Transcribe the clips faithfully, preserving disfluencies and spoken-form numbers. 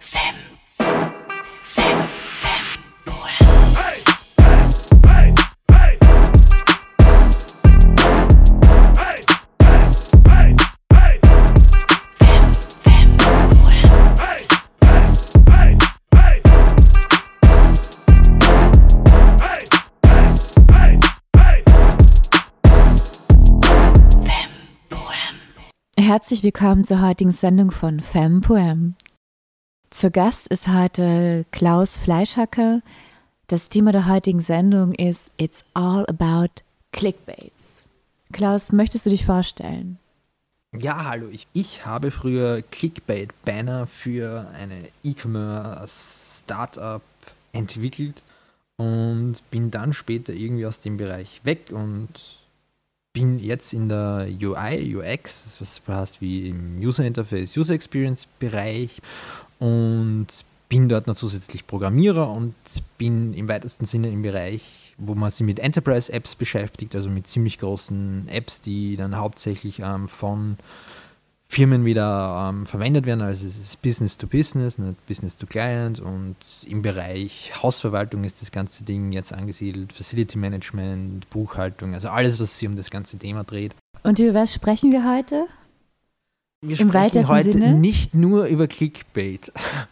Femme. Femme. Femme. Poem. Hey! Hey! Hey! Hey! Hey! Hey! Femme. Femme. Poem. Hey! Hey! Hey! Hey! Hey! Hey! Femme. Poem. Herzlich willkommen zur heutigen Sendung von Femme Poem. Zu Gast ist heute Klaus Fleischhacker. Das Thema der heutigen Sendung ist It's all about Clickbaits. Klaus, möchtest du dich vorstellen? Ja, hallo, ich, ich habe früher Clickbait-Banner für eine E-Commerce-Startup entwickelt und bin dann später irgendwie aus dem Bereich weg und bin jetzt in der U I, U X, was heißt wie im User Interface, User Experience Bereich und bin dort noch zusätzlich Programmierer und bin im weitesten Sinne im Bereich, wo man sich mit Enterprise Apps beschäftigt, also mit ziemlich großen Apps, die dann hauptsächlich ähm, von Firmen wieder ähm, verwendet werden, also es ist Business to Business, nicht Business to Client, und im Bereich Hausverwaltung ist das ganze Ding jetzt angesiedelt, Facility Management, Buchhaltung, also alles, was sich um das ganze Thema dreht. Und über was sprechen wir heute? Wir Im sprechen weitesten heute Sinne? nicht nur über Clickbait.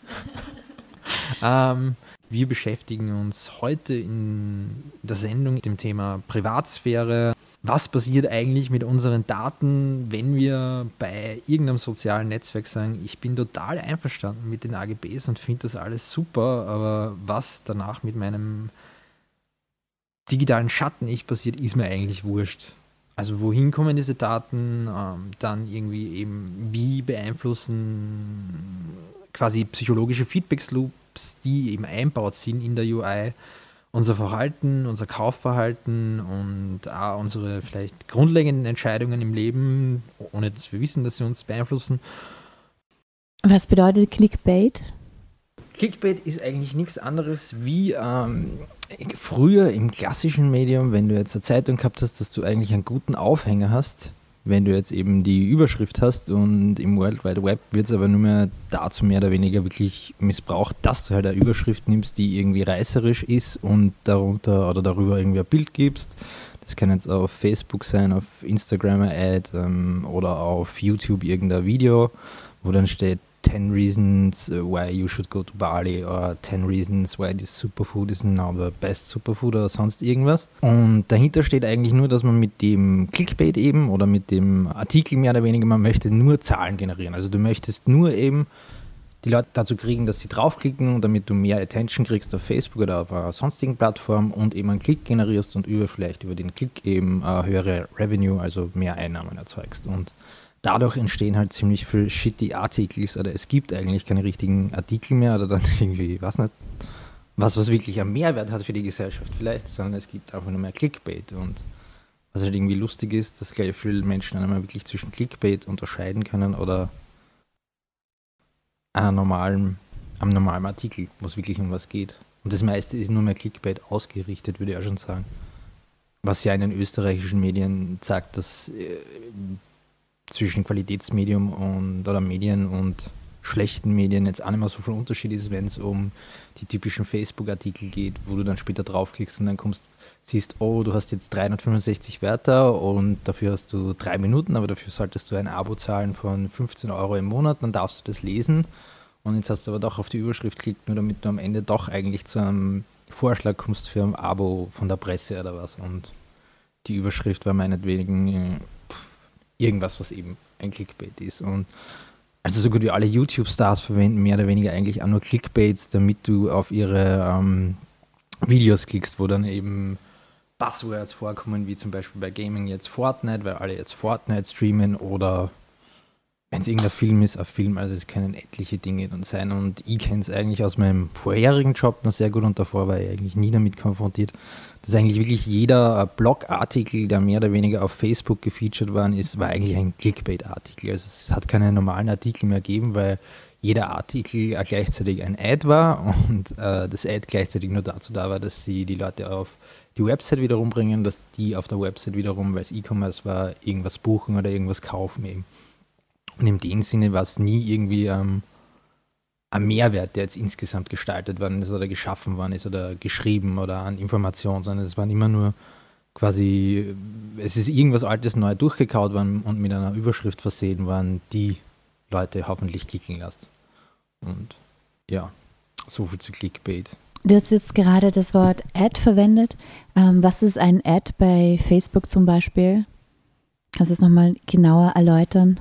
ähm, wir beschäftigen uns heute in der Sendung mit dem Thema Privatsphäre. Was passiert eigentlich mit unseren Daten, wenn wir bei irgendeinem sozialen Netzwerk sagen, ich bin total einverstanden mit den A G Bs und finde das alles super, aber was danach mit meinem digitalen Schatten-Ich passiert, ist mir eigentlich wurscht. Also wohin kommen diese Daten, ähm, dann irgendwie eben, wie beeinflussen quasi psychologische Feedback-Loops, die eben einbaut sind in der U I, unser Verhalten, unser Kaufverhalten und auch unsere vielleicht grundlegenden Entscheidungen im Leben, ohne dass wir wissen, dass sie uns beeinflussen. Was bedeutet Clickbait? Clickbait ist eigentlich nichts anderes wie ähm, früher im klassischen Medium, wenn du jetzt eine Zeitung gehabt hast, dass du eigentlich einen guten Aufhänger hast, wenn du jetzt eben die Überschrift hast, und im World Wide Web wird es aber nur mehr dazu mehr oder weniger wirklich missbraucht, dass du halt eine Überschrift nimmst, die irgendwie reißerisch ist und darunter oder darüber irgendwie ein Bild gibst. Das kann jetzt auf Facebook sein, auf Instagram eine Ad ähm, oder auf YouTube irgendein Video, wo dann steht ten reasons why you should go to Bali oder ten reasons why this superfood is now the best superfood oder sonst irgendwas. Und dahinter steht eigentlich nur, dass man mit dem Clickbait eben oder mit dem Artikel mehr oder weniger, man möchte nur Zahlen generieren. Also du möchtest nur eben die Leute dazu kriegen, dass sie draufklicken, damit du mehr Attention kriegst auf Facebook oder auf einer sonstigen Plattform und eben einen Klick generierst und über vielleicht über den Klick eben äh, höhere Revenue, also mehr Einnahmen erzeugst. Und dadurch entstehen halt ziemlich viel shitty Artikel, oder es gibt eigentlich keine richtigen Artikel mehr oder dann irgendwie, weiß nicht, was, was wirklich einen Mehrwert hat für die Gesellschaft vielleicht, sondern es gibt einfach nur mehr Clickbait. Und was halt irgendwie lustig ist, dass gleich viele Menschen dann einmal wirklich zwischen Clickbait unterscheiden können oder einer normalen, einem normalen Artikel, wo es wirklich um was geht. Und das meiste ist nur mehr Clickbait ausgerichtet, würde ich auch schon sagen. Was ja in den österreichischen Medien sagt, dass äh, zwischen Qualitätsmedium und oder Medien und schlechten Medien jetzt auch nicht mehr so viel Unterschied ist, wenn es um die typischen Facebook-Artikel geht, wo du dann später draufklickst und dann kommst, siehst, oh, du hast jetzt dreihundertfünfundsechzig Wörter und dafür hast du drei Minuten, aber dafür solltest du ein Abo zahlen von fünfzehn Euro im Monat, dann darfst du das lesen und jetzt hast du aber doch auf die Überschrift geklickt, nur damit du am Ende doch eigentlich zu einem Vorschlag kommst für ein Abo von der Presse oder was, und die Überschrift war meinetwegen äh, irgendwas, was eben ein Clickbait ist. Und also so gut wie alle YouTube-Stars verwenden mehr oder weniger eigentlich auch nur Clickbaits, damit du auf ihre ähm, Videos klickst, wo dann eben Buzzwords vorkommen, wie zum Beispiel bei Gaming jetzt Fortnite, weil alle jetzt Fortnite streamen, oder wenn es irgendein Film ist, ein Film, also es können etliche Dinge dann sein. Und ich kenne es eigentlich aus meinem vorherigen Job noch sehr gut und davor war ich eigentlich nie damit konfrontiert, dass eigentlich wirklich jeder Blogartikel, der mehr oder weniger auf Facebook gefeatured worden ist, war eigentlich ein Clickbait-Artikel. Also es hat keine normalen Artikel mehr gegeben, weil jeder Artikel gleichzeitig ein Ad war und äh, das Ad gleichzeitig nur dazu da war, dass sie die Leute auf die Website wiederum bringen, dass die auf der Website wiederum, weil es E-Commerce war, irgendwas buchen oder irgendwas kaufen eben. Und in dem Sinne war es nie irgendwie ähm, ein Mehrwert, der jetzt insgesamt gestaltet worden ist oder geschaffen worden ist oder geschrieben oder an Informationen, sondern es waren immer nur quasi, es ist irgendwas Altes neu durchgekaut worden und mit einer Überschrift versehen worden, die Leute hoffentlich klicken lässt. Und ja, so viel zu Clickbait. Du hast jetzt gerade das Wort Ad verwendet. Ähm, was ist ein Ad bei Facebook zum Beispiel? Kannst du es nochmal genauer erläutern?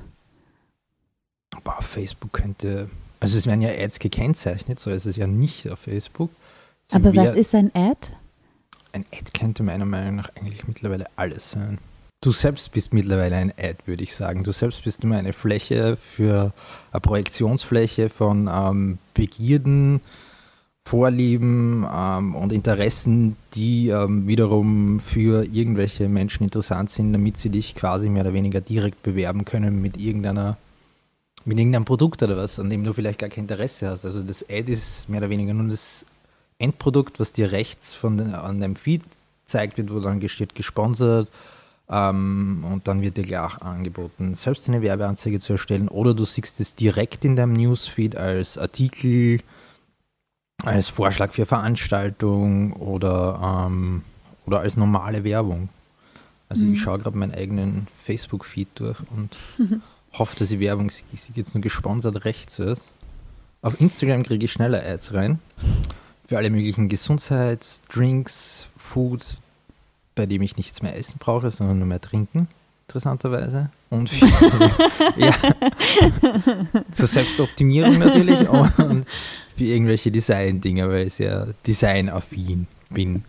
Aber auf Facebook könnte, also es werden ja Ads gekennzeichnet, so ist es ja nicht auf Facebook. Sie Aber wär, was ist ein Ad? Ein Ad könnte meiner Meinung nach eigentlich mittlerweile alles sein. Du selbst bist mittlerweile ein Ad, würde ich sagen. Du selbst bist immer eine Fläche für eine Projektionsfläche von ähm, Begierden, Vorlieben ähm, und Interessen, die ähm, wiederum für irgendwelche Menschen interessant sind, damit sie dich quasi mehr oder weniger direkt bewerben können mit irgendeiner, mit irgendeinem Produkt oder was, an dem du vielleicht gar kein Interesse hast. Also das Ad ist mehr oder weniger nur das Endprodukt, was dir rechts von den, an deinem Feed zeigt wird, wo dann steht gesponsert ähm, und dann wird dir gleich angeboten, selbst eine Werbeanzeige zu erstellen oder du siehst es direkt in deinem Newsfeed als Artikel, als Vorschlag für Veranstaltung oder, ähm, oder als normale Werbung. Also Mhm. ich schaue gerade meinen eigenen Facebook-Feed durch und hoffe, dass die Werbung sich jetzt nur gesponsert rechts ist. Auf Instagram kriege ich schneller Ads rein. Für alle möglichen Gesundheits-, Drinks, Food, bei dem ich nichts mehr essen brauche, sondern nur mehr trinken, interessanterweise. Und für, ja, zur Selbstoptimierung natürlich und für irgendwelche Design-Dinger, weil ich sehr designaffin bin.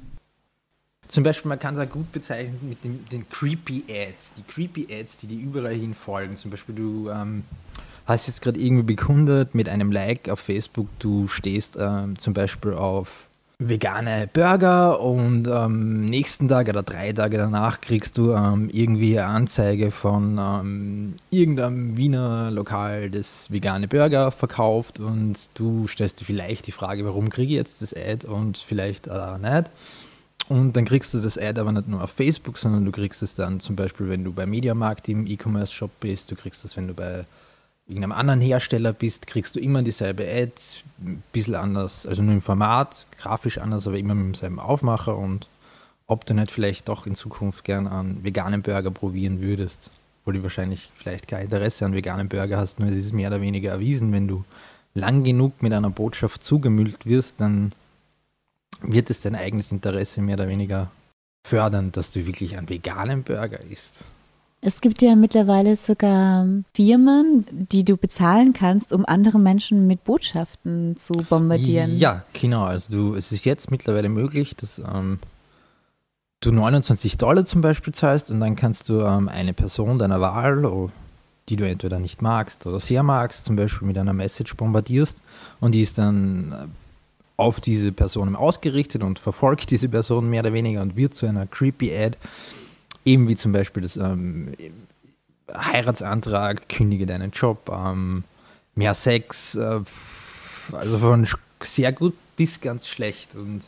Zum Beispiel, man kann es auch gut bezeichnen mit dem, den Creepy Ads. Die Creepy Ads, die dir überall hin folgen. Zum Beispiel, du ähm, hast jetzt gerade irgendwie bekundet mit einem Like auf Facebook, du stehst ähm, zum Beispiel auf vegane Burger und am nächsten Tag oder drei Tage danach kriegst du ähm, irgendwie eine Anzeige von ähm, irgendeinem Wiener Lokal, das vegane Burger verkauft und du stellst dir vielleicht die Frage, warum kriege ich jetzt das Ad und vielleicht äh, nicht. Und dann kriegst du das Ad aber nicht nur auf Facebook, sondern du kriegst es dann zum Beispiel, wenn du bei Mediamarkt im E-Commerce-Shop bist, du kriegst das, wenn du bei irgendeinem anderen Hersteller bist, kriegst du immer dieselbe Ad, ein bisschen anders, also nur im Format, grafisch anders, aber immer mit demselben Aufmacher und ob du nicht vielleicht doch in Zukunft gern einen veganen Burger probieren würdest, wo du wahrscheinlich vielleicht kein Interesse an veganen Burger hast, nur es ist mehr oder weniger erwiesen, wenn du lang genug mit einer Botschaft zugemüllt wirst, dann wird es dein eigenes Interesse mehr oder weniger fördern, dass du wirklich einen veganen Burger isst. Es gibt ja mittlerweile sogar Firmen, die du bezahlen kannst, um andere Menschen mit Botschaften zu bombardieren. Ja, genau. Also du, es ist jetzt mittlerweile möglich, dass ähm, du neunundzwanzig Dollar zum Beispiel zahlst und dann kannst du ähm, eine Person deiner Wahl, oh, die du entweder nicht magst oder sehr magst, zum Beispiel mit einer Message bombardierst und die ist dann äh, auf diese Person ausgerichtet und verfolgt diese Person mehr oder weniger und wird zu einer creepy Ad. Eben wie zum Beispiel das ähm, Heiratsantrag, kündige deinen Job, ähm, mehr Sex, äh, also von sehr gut bis ganz schlecht. Und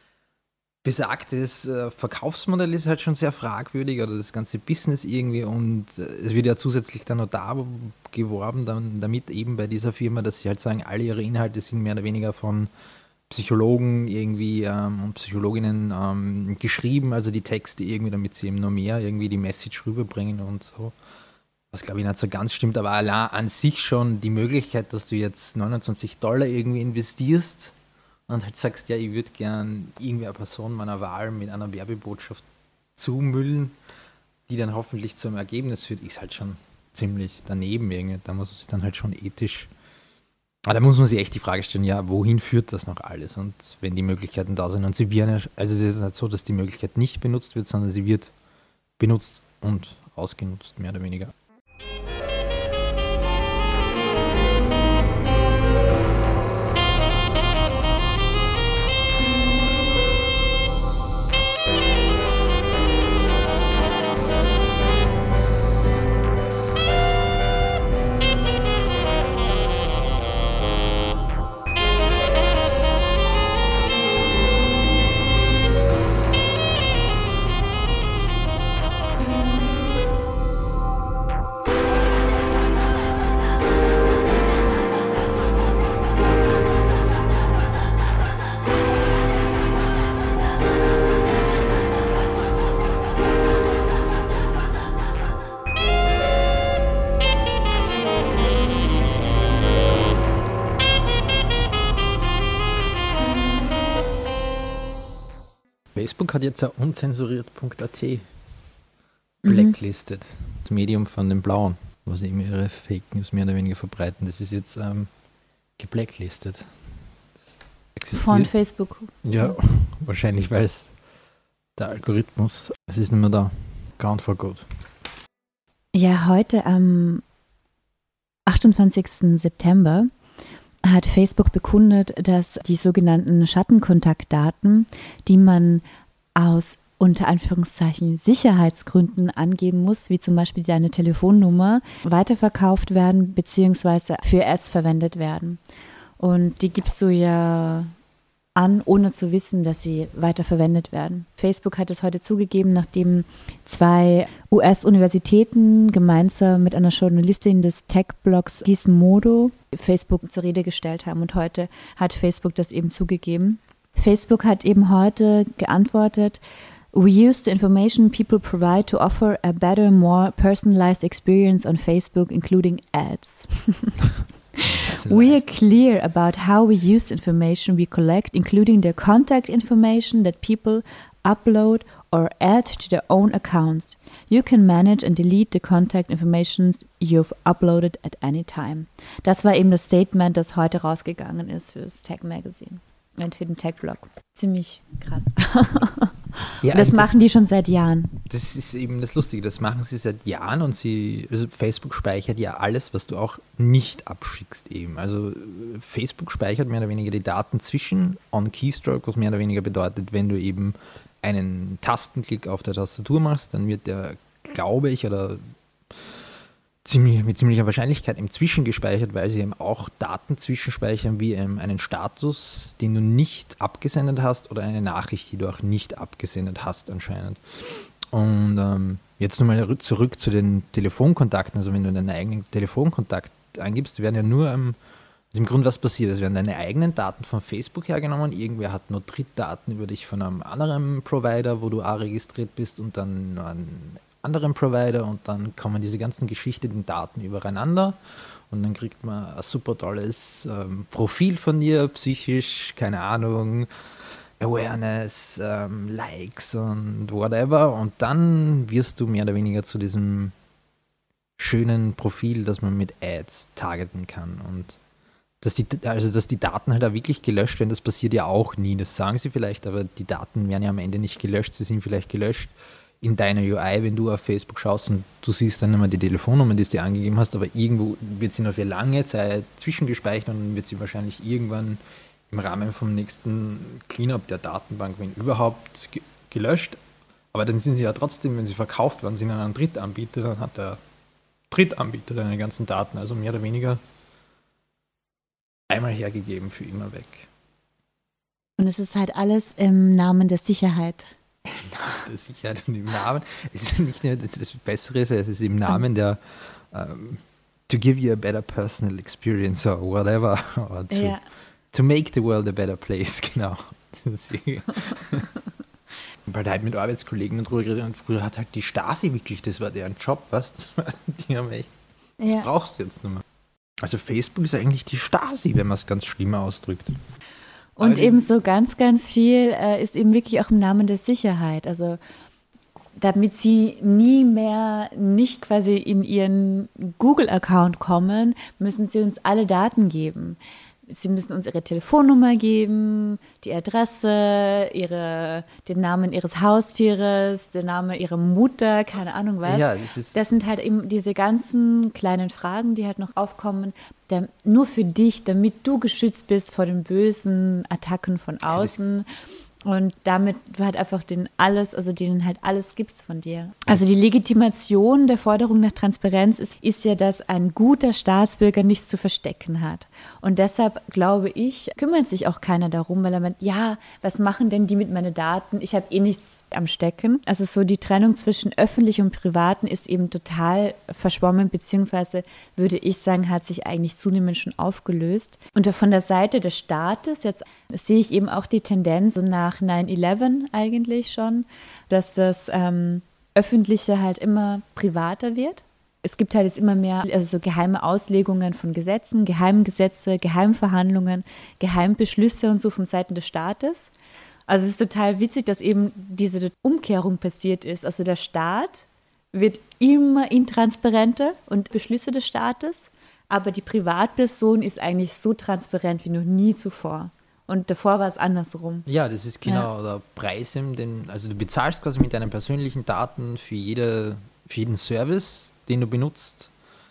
besagtes äh, Verkaufsmodell ist halt schon sehr fragwürdig oder das ganze Business irgendwie und äh, es wird ja zusätzlich dann noch da geworben, dann, damit eben bei dieser Firma, dass sie halt sagen, alle ihre Inhalte sind mehr oder weniger von Psychologen irgendwie ähm, und Psychologinnen ähm, geschrieben, also die Texte irgendwie, damit sie eben noch mehr irgendwie die Message rüberbringen und so. Was glaube ich nicht so ganz stimmt, aber allein an sich schon die Möglichkeit, dass du jetzt neunundzwanzig Dollar irgendwie investierst und halt sagst, ja, ich würde gern irgendwie eine Person meiner Wahl mit einer Werbebotschaft zumüllen, die dann hoffentlich zu einem Ergebnis führt, ist halt schon ziemlich daneben irgendwie. Da muss man sich dann halt schon ethisch Aber da muss man sich echt die Frage stellen, ja, wohin führt das noch alles? Und wenn die Möglichkeiten da sind und sie werden, also es ist nicht so, dass die Möglichkeit nicht benutzt wird, sondern sie wird benutzt und ausgenutzt, mehr oder weniger. Facebook hat jetzt ein unzensuriert Punkt a t blacklisted. Das Medium von den Blauen, wo sie eben ihre Fake News mehr oder weniger verbreiten. Das ist jetzt ähm, geblacklistet. Das existiert. Von Facebook. Ja, wahrscheinlich, weil es der Algorithmus, es ist nicht mehr da. Count for good. Ja, heute am achtundzwanzigsten September hat Facebook bekundet, dass die sogenannten Schattenkontaktdaten, die man aus unter Anführungszeichen Sicherheitsgründen angeben muss, wie zum Beispiel deine Telefonnummer, weiterverkauft werden bzw. für Ads verwendet werden. Und die gibst du ja an, ohne zu wissen, dass sie weiterverwendet werden. Facebook hat es heute zugegeben, nachdem zwei U S-Universitäten gemeinsam mit einer Journalistin des Tech-Blogs Gizmodo Facebook zur Rede gestellt haben. Und heute hat Facebook das eben zugegeben. Facebook hat eben heute geantwortet: We use the information people provide to offer a better, more personalized experience on Facebook, including ads. We are clear about how we use information we collect, including the contact information that people upload or add to their own accounts. You can manage and delete the contact information you've uploaded at any time. Das war eben das Statement, das heute rausgegangen ist für das Tech Magazine und für den Tech-Blog. Ziemlich krass. Ja, das also machen das, die schon seit Jahren. Das ist eben das Lustige, das machen sie seit Jahren und sie, also Facebook speichert ja alles, was du auch nicht abschickst eben. Also Facebook speichert mehr oder weniger die Daten zwischen on Keystroke, was mehr oder weniger bedeutet, wenn du eben einen Tastenklick auf der Tastatur machst, dann wird der, glaube ich, oder ziemlich, mit ziemlicher Wahrscheinlichkeit im Zwischen gespeichert, weil sie eben auch Daten zwischenspeichern, wie ähm, einen Status, den du nicht abgesendet hast oder eine Nachricht, die du auch nicht abgesendet hast anscheinend. Und ähm, jetzt nochmal zurück zu den Telefonkontakten. Also wenn du deinen eigenen Telefonkontakt eingibst, werden ja nur, ähm, also im Grunde was passiert, es werden deine eigenen Daten von Facebook hergenommen, irgendwer hat nur Drittdaten über dich von einem anderen Provider, wo du auch registriert bist und dann ein anderen Provider und dann kommen diese ganzen geschichteten Daten übereinander und dann kriegt man ein super tolles ähm, Profil von dir, psychisch, keine Ahnung, Awareness, ähm, Likes und whatever und dann wirst du mehr oder weniger zu diesem schönen Profil, das man mit Ads targeten kann und dass die, also dass die Daten halt auch wirklich gelöscht werden, das passiert ja auch nie, das sagen sie vielleicht, aber die Daten werden ja am Ende nicht gelöscht, sie sind vielleicht gelöscht in deiner U I, wenn du auf Facebook schaust und du siehst dann immer die Telefonnummer, die du dir angegeben hast, aber irgendwo wird sie noch für lange Zeit zwischengespeichert und dann wird sie wahrscheinlich irgendwann im Rahmen vom nächsten Cleanup der Datenbank, wenn überhaupt, ge- gelöscht. Aber dann sind sie ja trotzdem, wenn sie verkauft worden sind an einen Drittanbieter, dann hat der Drittanbieter deine ganzen Daten, also mehr oder weniger einmal hergegeben, für immer weg. Und es ist halt alles im Namen der Sicherheit. Der Sicherheit und im Namen. Es ist nicht nur das, das Bessere, es ist im Namen der um, to give you a better personal experience or whatever. Or to, Ja. to make the world a better place, genau. Weil halt mit Arbeitskollegen drüber geredet und früher hat halt die Stasi wirklich, das war deren Job, was? Das war, die haben echt, das Ja. brauchst du jetzt nicht mehr. Also Facebook ist eigentlich die Stasi, wenn man es ganz schlimm ausdrückt. Und Aber eben so ganz, ganz viel äh, ist eben wirklich auch im Namen der Sicherheit. Also damit sie nie mehr nicht quasi in ihren Google-Account kommen, müssen sie uns alle Daten geben. Sie müssen uns ihre Telefonnummer geben, die Adresse, ihre, den Namen ihres Haustieres, den Namen ihrer Mutter, keine Ahnung was. Ja, das ist- das sind halt eben diese ganzen kleinen Fragen, die halt noch aufkommen, der, nur für dich, damit du geschützt bist vor den bösen Attacken von außen. Und damit du halt einfach denen alles, also denen halt alles gibst von dir. Also die Legitimation der Forderung nach Transparenz ist, ist ja, dass ein guter Staatsbürger nichts zu verstecken hat. Und deshalb, glaube ich, kümmert sich auch keiner darum, weil er meint, ja, was machen denn die mit meinen Daten? Ich habe eh nichts am Stecken. Also so die Trennung zwischen öffentlich und privaten ist eben total verschwommen, beziehungsweise würde ich sagen, hat sich eigentlich zunehmend schon aufgelöst. Und von der Seite des Staates, jetzt sehe ich eben auch die Tendenz so nach nine eleven eigentlich schon, dass das ähm, Öffentliche halt immer privater wird. Es gibt halt jetzt immer mehr, also so geheime Auslegungen von Gesetzen, Geheimgesetze, Geheimverhandlungen, Geheimbeschlüsse und so von Seiten des Staates. Also es ist total witzig, dass eben diese Umkehrung passiert ist. Also der Staat wird immer intransparenter und Beschlüsse des Staates, aber die Privatperson ist eigentlich so transparent wie noch nie zuvor. Und davor war es andersrum. Ja, das ist genau der Preis, den, also du bezahlst quasi mit deinen persönlichen Daten für, jede, für jeden Service, den du benutzt.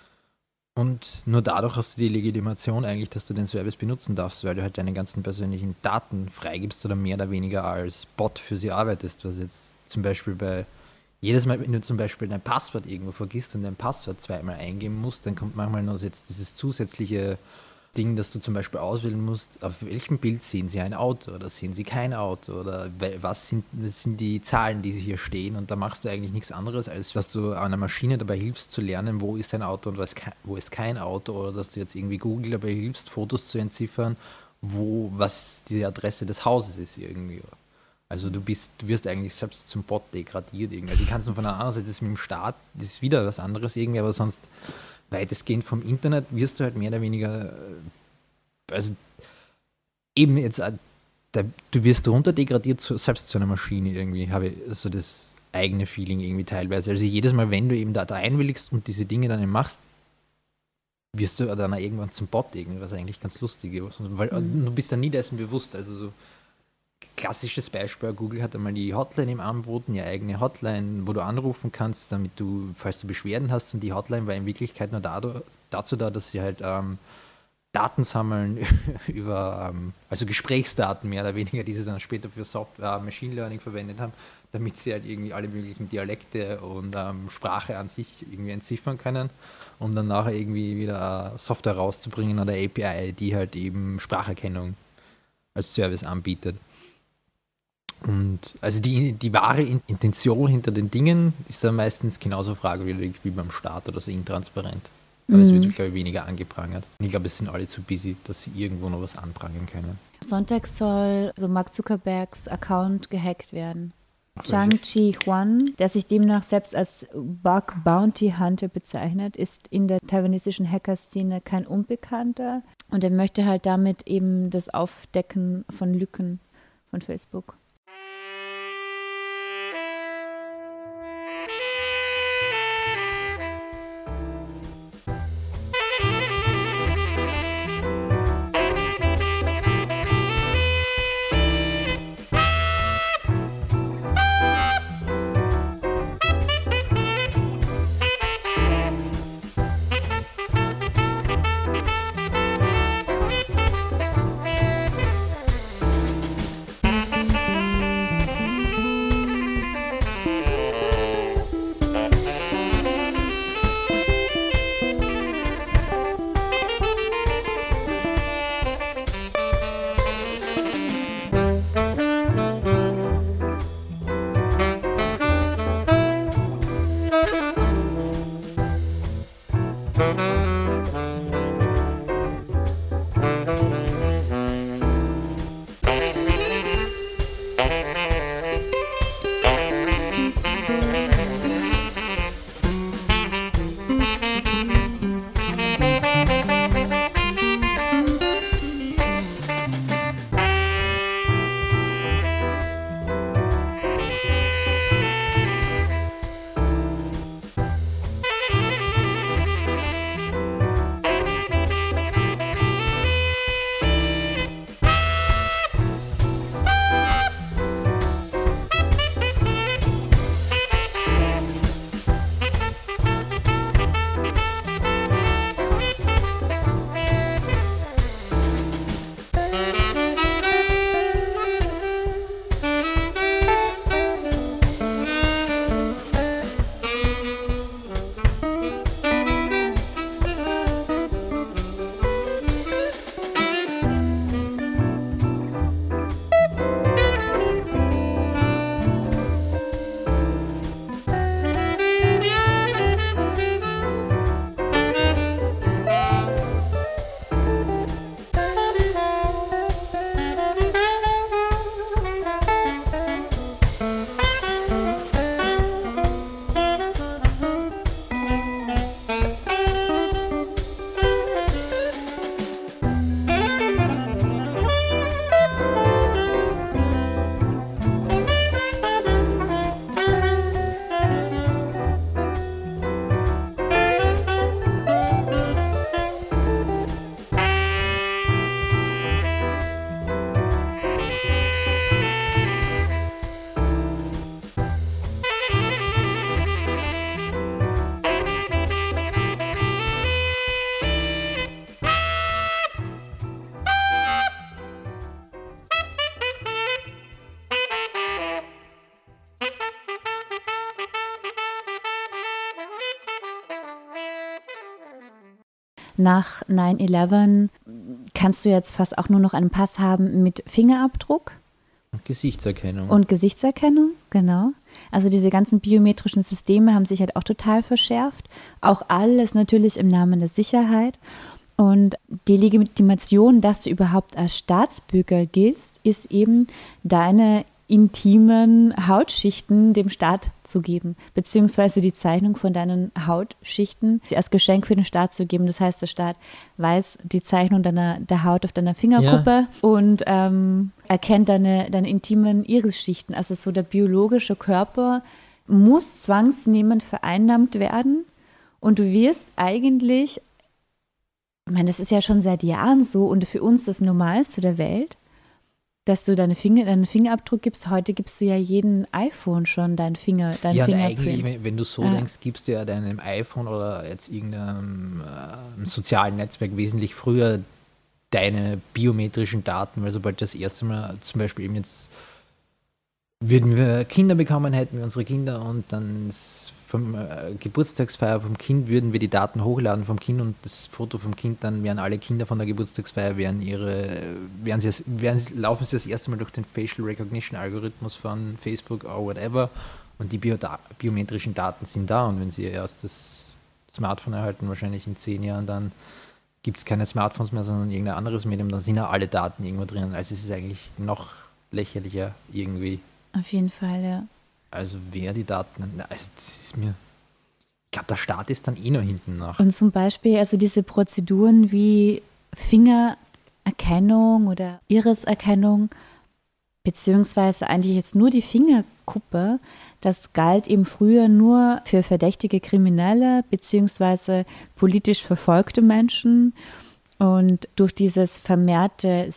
Und nur dadurch hast du die Legitimation eigentlich, dass du den Service benutzen darfst, weil du halt deine ganzen persönlichen Daten freigibst oder mehr oder weniger als Bot für sie arbeitest. Was jetzt zum Beispiel bei, jedes Mal, wenn du zum Beispiel dein Passwort irgendwo vergisst und dein Passwort zweimal eingeben musst, dann kommt manchmal noch jetzt dieses zusätzliche Ding, dass du zum Beispiel auswählen musst, auf welchem Bild sehen sie ein Auto oder sehen sie kein Auto oder was sind, was sind die Zahlen, die hier stehen, und da machst du eigentlich nichts anderes, als dass du einer Maschine dabei hilfst zu lernen, wo ist ein Auto und wo ist kein Auto, oder dass du jetzt irgendwie Google dabei hilfst, Fotos zu entziffern, wo, was die Adresse des Hauses ist irgendwie. Also du bist, du wirst eigentlich selbst zum Bot degradiert irgendwie. Also ich kann es nur von der anderen Seite, das mit dem Staat, das ist wieder was anderes irgendwie, aber sonst weitestgehend vom Internet wirst du halt mehr oder weniger, also eben jetzt, du wirst runter degradiert, selbst zu einer Maschine irgendwie, habe ich so das eigene Feeling irgendwie teilweise. Also jedes Mal, wenn du eben da, da einwilligst und diese Dinge dann eben machst, wirst du dann irgendwann zum Bot irgendwie, was eigentlich ganz lustig ist. Weil mhm. du bist dann nie dessen bewusst. Also so klassisches Beispiel, Google hat einmal die Hotline im angeboten, die eigene Hotline, wo du anrufen kannst, damit du, falls du Beschwerden hast, und die Hotline war in Wirklichkeit nur dazu, dazu da, dass sie halt ähm, Daten sammeln über, ähm, also Gesprächsdaten mehr oder weniger, die sie dann später für Software, Machine Learning verwendet haben, damit sie halt irgendwie alle möglichen Dialekte und ähm, Sprache an sich irgendwie entziffern können, um dann nachher irgendwie wieder Software rauszubringen oder A P I, die halt eben Spracherkennung als Service anbietet. Und also die, die wahre Intention hinter den Dingen ist dann meistens genauso fragwürdig wie beim Staat oder so intransparent. Aber mhm. es wird, glaube ich, weniger angeprangert. Und ich glaube, es sind alle zu busy, dass sie irgendwo noch was anprangern können. Sonntag soll so Mark Zuckerbergs Account gehackt werden. Zhang Chi Huan, der sich demnach selbst als Bug Bounty Hunter bezeichnet, ist in der taiwanesischen Hacker-Szene kein Unbekannter. Und er möchte halt damit eben das Aufdecken von Lücken von Facebook. nach nine eleven kannst du jetzt fast auch nur noch einen Pass haben mit Fingerabdruck. Gesichtserkennung. Und Gesichtserkennung, genau. Also diese ganzen biometrischen Systeme haben sich halt auch total verschärft. Auch alles natürlich im Namen der Sicherheit. Und die Legitimation, dass du überhaupt als Staatsbürger giltst, ist eben deine intimen Hautschichten dem Staat zu geben, beziehungsweise die Zeichnung von deinen Hautschichten als Geschenk für den Staat zu geben. Das heißt, der Staat weiß die Zeichnung deiner, der Haut auf deiner Fingerkuppe ja. und ähm, erkennt deine, deine intimen Irisschichten. Also so der biologische Körper muss zwangsnehmend vereinnahmt werden und du wirst eigentlich, ich meine, das ist ja schon seit Jahren so und für uns das Normalste der Welt, dass du deine Finger, deinen Fingerabdruck gibst. Heute gibst du ja jedem iPhone schon deinen Finger, deinen ja, Fingerprint. Ja, eigentlich, wenn, wenn du so ja. denkst, gibst du ja deinem iPhone oder jetzt irgendeinem äh, sozialen Netzwerk wesentlich früher deine biometrischen Daten, weil sobald das erste Mal zum Beispiel eben jetzt würden wir Kinder bekommen, hätten wir unsere Kinder und dann vom äh, Geburtstagsfeier vom Kind würden wir die Daten hochladen vom Kind und das Foto vom Kind, dann wären alle Kinder von der Geburtstagsfeier, wären ihre, wären sie, wären, laufen sie das erste Mal durch den Facial Recognition Algorithmus von Facebook oder whatever und die Bio- biometrischen Daten sind da und wenn sie ihr erstes Smartphone erhalten, wahrscheinlich in zehn Jahren, dann gibt es keine Smartphones mehr, sondern irgendein anderes Medium, dann sind ja alle Daten irgendwo drinnen. Also es ist eigentlich noch lächerlicher irgendwie. Auf jeden Fall, ja. Also wer die Daten, na, also das ist mir, ich glaube, der Staat ist dann eh noch hinten nach. Und zum Beispiel, also diese Prozeduren wie Fingererkennung oder Iriserkennung, beziehungsweise eigentlich jetzt nur die Fingerkuppe, das galt eben früher nur für verdächtige Kriminelle, beziehungsweise politisch verfolgte Menschen. Und durch dieses vermehrte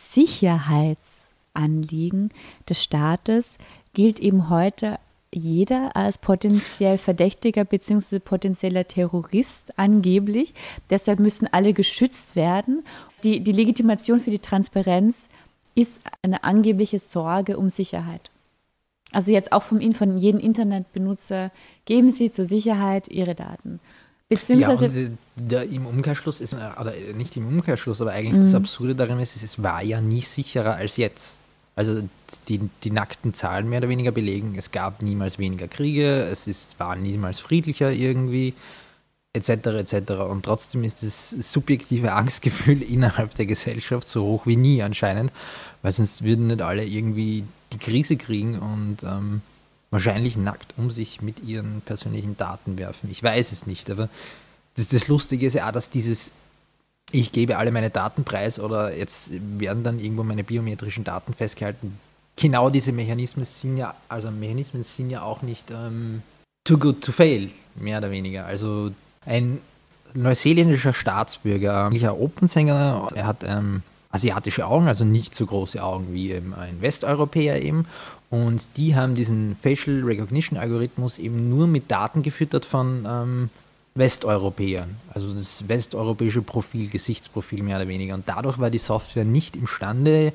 Sicherheitsanliegen des Staates gilt eben heute jeder als potenziell Verdächtiger bzw. potenzieller Terrorist angeblich. Deshalb müssen alle geschützt werden. Die, die Legitimation für die Transparenz ist eine angebliche Sorge um Sicherheit. Also jetzt auch vom, von jedem Internetbenutzer, geben Sie zur Sicherheit Ihre Daten. Beziehungsweise ja, und der, im Umkehrschluss ist, oder nicht im Umkehrschluss, aber eigentlich mhm. das Absurde darin ist, es war ja nie sicherer als jetzt. Also die, die nackten Zahlen mehr oder weniger belegen, es gab niemals weniger Kriege, es ist, war niemals friedlicher irgendwie, et cetera et cetera. Und trotzdem ist das subjektive Angstgefühl innerhalb der Gesellschaft so hoch wie nie anscheinend, weil sonst würden nicht alle irgendwie die Krise kriegen und ähm, wahrscheinlich nackt um sich mit ihren persönlichen Daten werfen. Ich weiß es nicht, aber das, das Lustige ist ja auch, dass dieses ich gebe alle meine Daten preis oder jetzt werden dann irgendwo meine biometrischen Daten festgehalten. Genau diese Mechanismen sind ja, also Mechanismen sind ja auch nicht ähm, too good to fail, mehr oder weniger. Also ein neuseeländischer Staatsbürger, eigentlich ein Opernsänger, er hat ähm, asiatische Augen, also nicht so große Augen wie ähm, ein Westeuropäer eben. Und die haben diesen Facial Recognition Algorithmus eben nur mit Daten gefüttert von ähm, Westeuropäern, also das westeuropäische Profil, Gesichtsprofil mehr oder weniger. Und dadurch war die Software nicht imstande,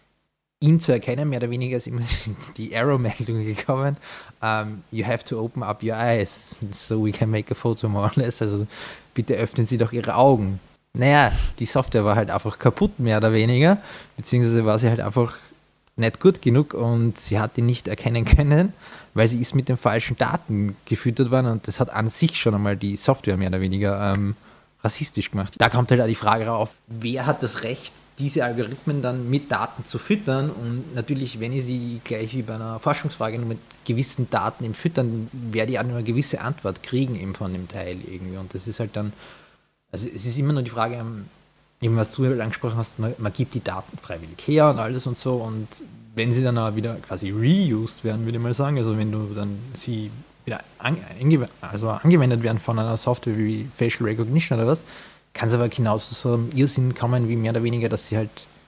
ihn zu erkennen. Mehr oder weniger ist immer die Error-Meldung gekommen. Um, you have to open up your eyes, so we can make a photo more or less. Also bitte öffnen Sie doch Ihre Augen. Naja, die Software war halt einfach kaputt, mehr oder weniger, beziehungsweise war sie halt einfach nicht gut genug und sie hat ihn nicht erkennen können, weil sie ist mit den falschen Daten gefüttert worden und das hat an sich schon einmal die Software mehr oder weniger ähm, rassistisch gemacht. Da kommt halt auch die Frage auf, wer hat das Recht, diese Algorithmen dann mit Daten zu füttern und natürlich, wenn ich sie gleich wie bei einer Forschungsfrage nur mit gewissen Daten eben füttern, werde ich auch nur eine gewisse Antwort kriegen eben von dem Teil irgendwie und das ist halt dann, also es ist immer nur die Frage, eben was du halt angesprochen hast, man, man gibt die Daten freiwillig her und alles und so und wenn sie dann auch wieder quasi reused werden, würde ich mal sagen, also wenn du dann sie wieder an, also angewendet werden von einer Software wie Facial Recognition oder was, kann es aber genauso so im Irrsinn kommen, wie mehr oder weniger, dass sie halt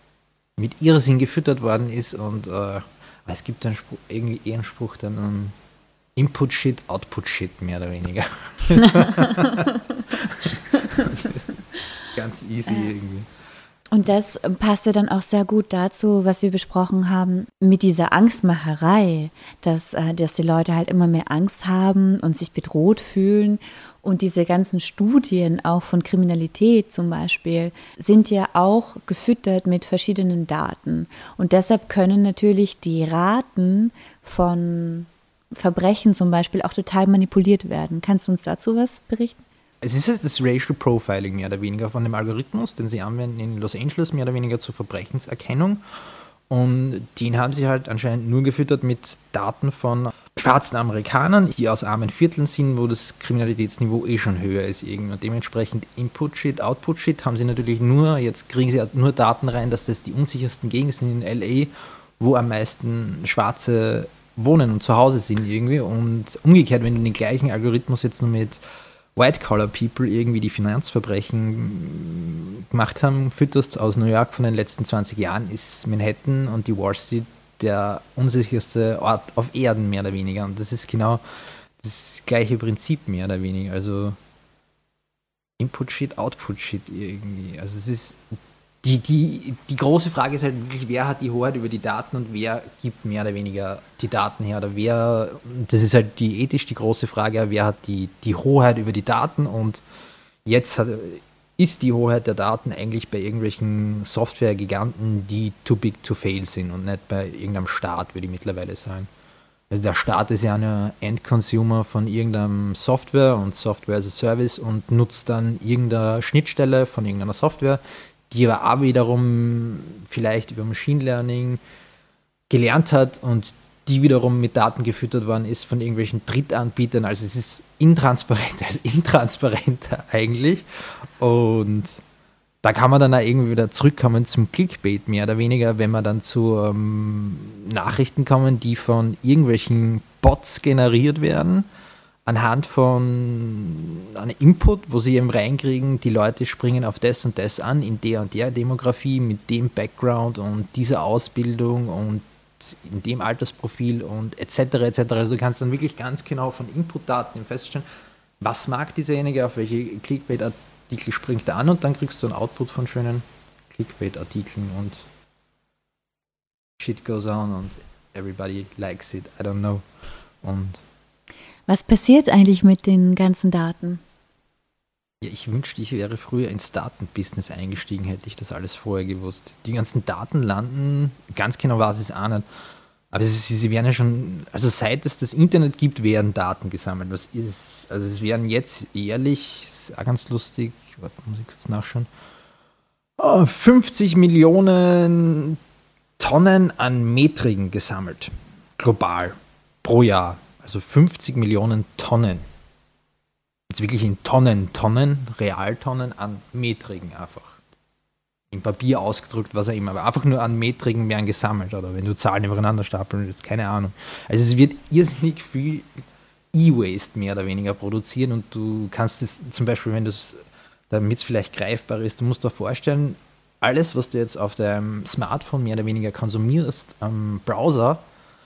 mit Irrsinn gefüttert worden ist und äh, es gibt einen Spruch, irgendwie eher einen Spruch dann um, Input-Shit, Output-Shit, mehr oder weniger. Ganz easy irgendwie. Und das passte dann auch sehr gut dazu, was wir besprochen haben, mit dieser Angstmacherei, dass, äh, dass die Leute halt immer mehr Angst haben und sich bedroht fühlen. Und diese ganzen Studien auch von Kriminalität zum Beispiel sind ja auch gefüttert mit verschiedenen Daten. Und deshalb können natürlich die Raten von Verbrechen zum Beispiel auch total manipuliert werden. Kannst du uns dazu was berichten? Es ist halt das Racial Profiling mehr oder weniger von dem Algorithmus, den sie anwenden in Los Angeles mehr oder weniger zur Verbrechenserkennung. Und den haben sie halt anscheinend nur gefüttert mit Daten von schwarzen Amerikanern, die aus armen Vierteln sind, wo das Kriminalitätsniveau eh schon höher ist irgendwie. Und dementsprechend Input-Shit, Output-Shit haben sie natürlich nur, jetzt kriegen sie nur Daten rein, dass das die unsichersten Gegenden sind in L A, wo am meisten Schwarze wohnen und zu Hause sind irgendwie. Und umgekehrt, wenn du den gleichen Algorithmus jetzt nur mit White-Collar-People irgendwie die Finanzverbrechen gemacht haben, fütterst aus New York von den letzten zwanzig Jahren, ist Manhattan und die Wall Street der unsicherste Ort auf Erden, mehr oder weniger. Und das ist genau das gleiche Prinzip, mehr oder weniger. Also Input-Shit, Output-Shit irgendwie. Also es ist die, die, die große Frage ist halt wirklich, wer hat die Hoheit über die Daten und wer gibt mehr oder weniger die Daten her, oder wer, das ist halt die ethisch die große Frage, wer hat die, die Hoheit über die Daten, und jetzt hat, ist die Hoheit der Daten eigentlich bei irgendwelchen Software-Giganten, die too big to fail sind, und nicht bei irgendeinem Staat, würde ich mittlerweile sagen. Also der Staat ist ja ein End-Consumer von irgendeinem Software und Software as a Service und nutzt dann irgendeine Schnittstelle von irgendeiner Software, die aber auch wiederum vielleicht über Machine Learning gelernt hat und die wiederum mit Daten gefüttert worden ist von irgendwelchen Drittanbietern. Also es ist intransparent, also intransparenter eigentlich. Und da kann man dann auch irgendwie wieder zurückkommen zum Clickbait, mehr oder weniger, wenn man dann zu ähm, Nachrichten kommen, die von irgendwelchen Bots generiert werden, anhand von einem Input, wo sie eben reinkriegen, die Leute springen auf das und das an, in der und der Demografie, mit dem Background und dieser Ausbildung und in dem Altersprofil und et cetera et cetera. Also du kannst dann wirklich ganz genau von Inputdaten feststellen, was mag dieserjenige, auf welche Clickbait-Artikel springt er an, und dann kriegst du einen Output von schönen Clickbait-Artikeln und shit goes on und everybody likes it, I don't know. Und was passiert eigentlich mit den ganzen Daten? ja, ich wünschte, ich wäre früher ins Datenbusiness eingestiegen, hätte ich das alles vorher gewusst. Die ganzen Daten landen, ganz genau weiß ich es auch nicht, aber sie, sie werden ja schon, also seit es das Internet gibt, werden Daten gesammelt. Was ist, also es werden jetzt jährlich, ist auch ganz lustig, warte, muss ich kurz nachschauen, oh, fünfzig Millionen Tonnen an Metriken gesammelt, global, pro Jahr. Also fünfzig Millionen Tonnen. Jetzt wirklich in Tonnen, Tonnen, Realtonnen an Metriken einfach. In Papier ausgedrückt, was auch immer. Aber einfach nur an Metriken werden gesammelt. Oder wenn du Zahlen übereinander stapeln willst, keine Ahnung. Also es wird irrsinnig viel E-Waste mehr oder weniger produzieren, und du kannst es zum Beispiel, wenn das, damit es vielleicht greifbar ist, du musst dir vorstellen, alles, was du jetzt auf deinem Smartphone mehr oder weniger konsumierst am Browser,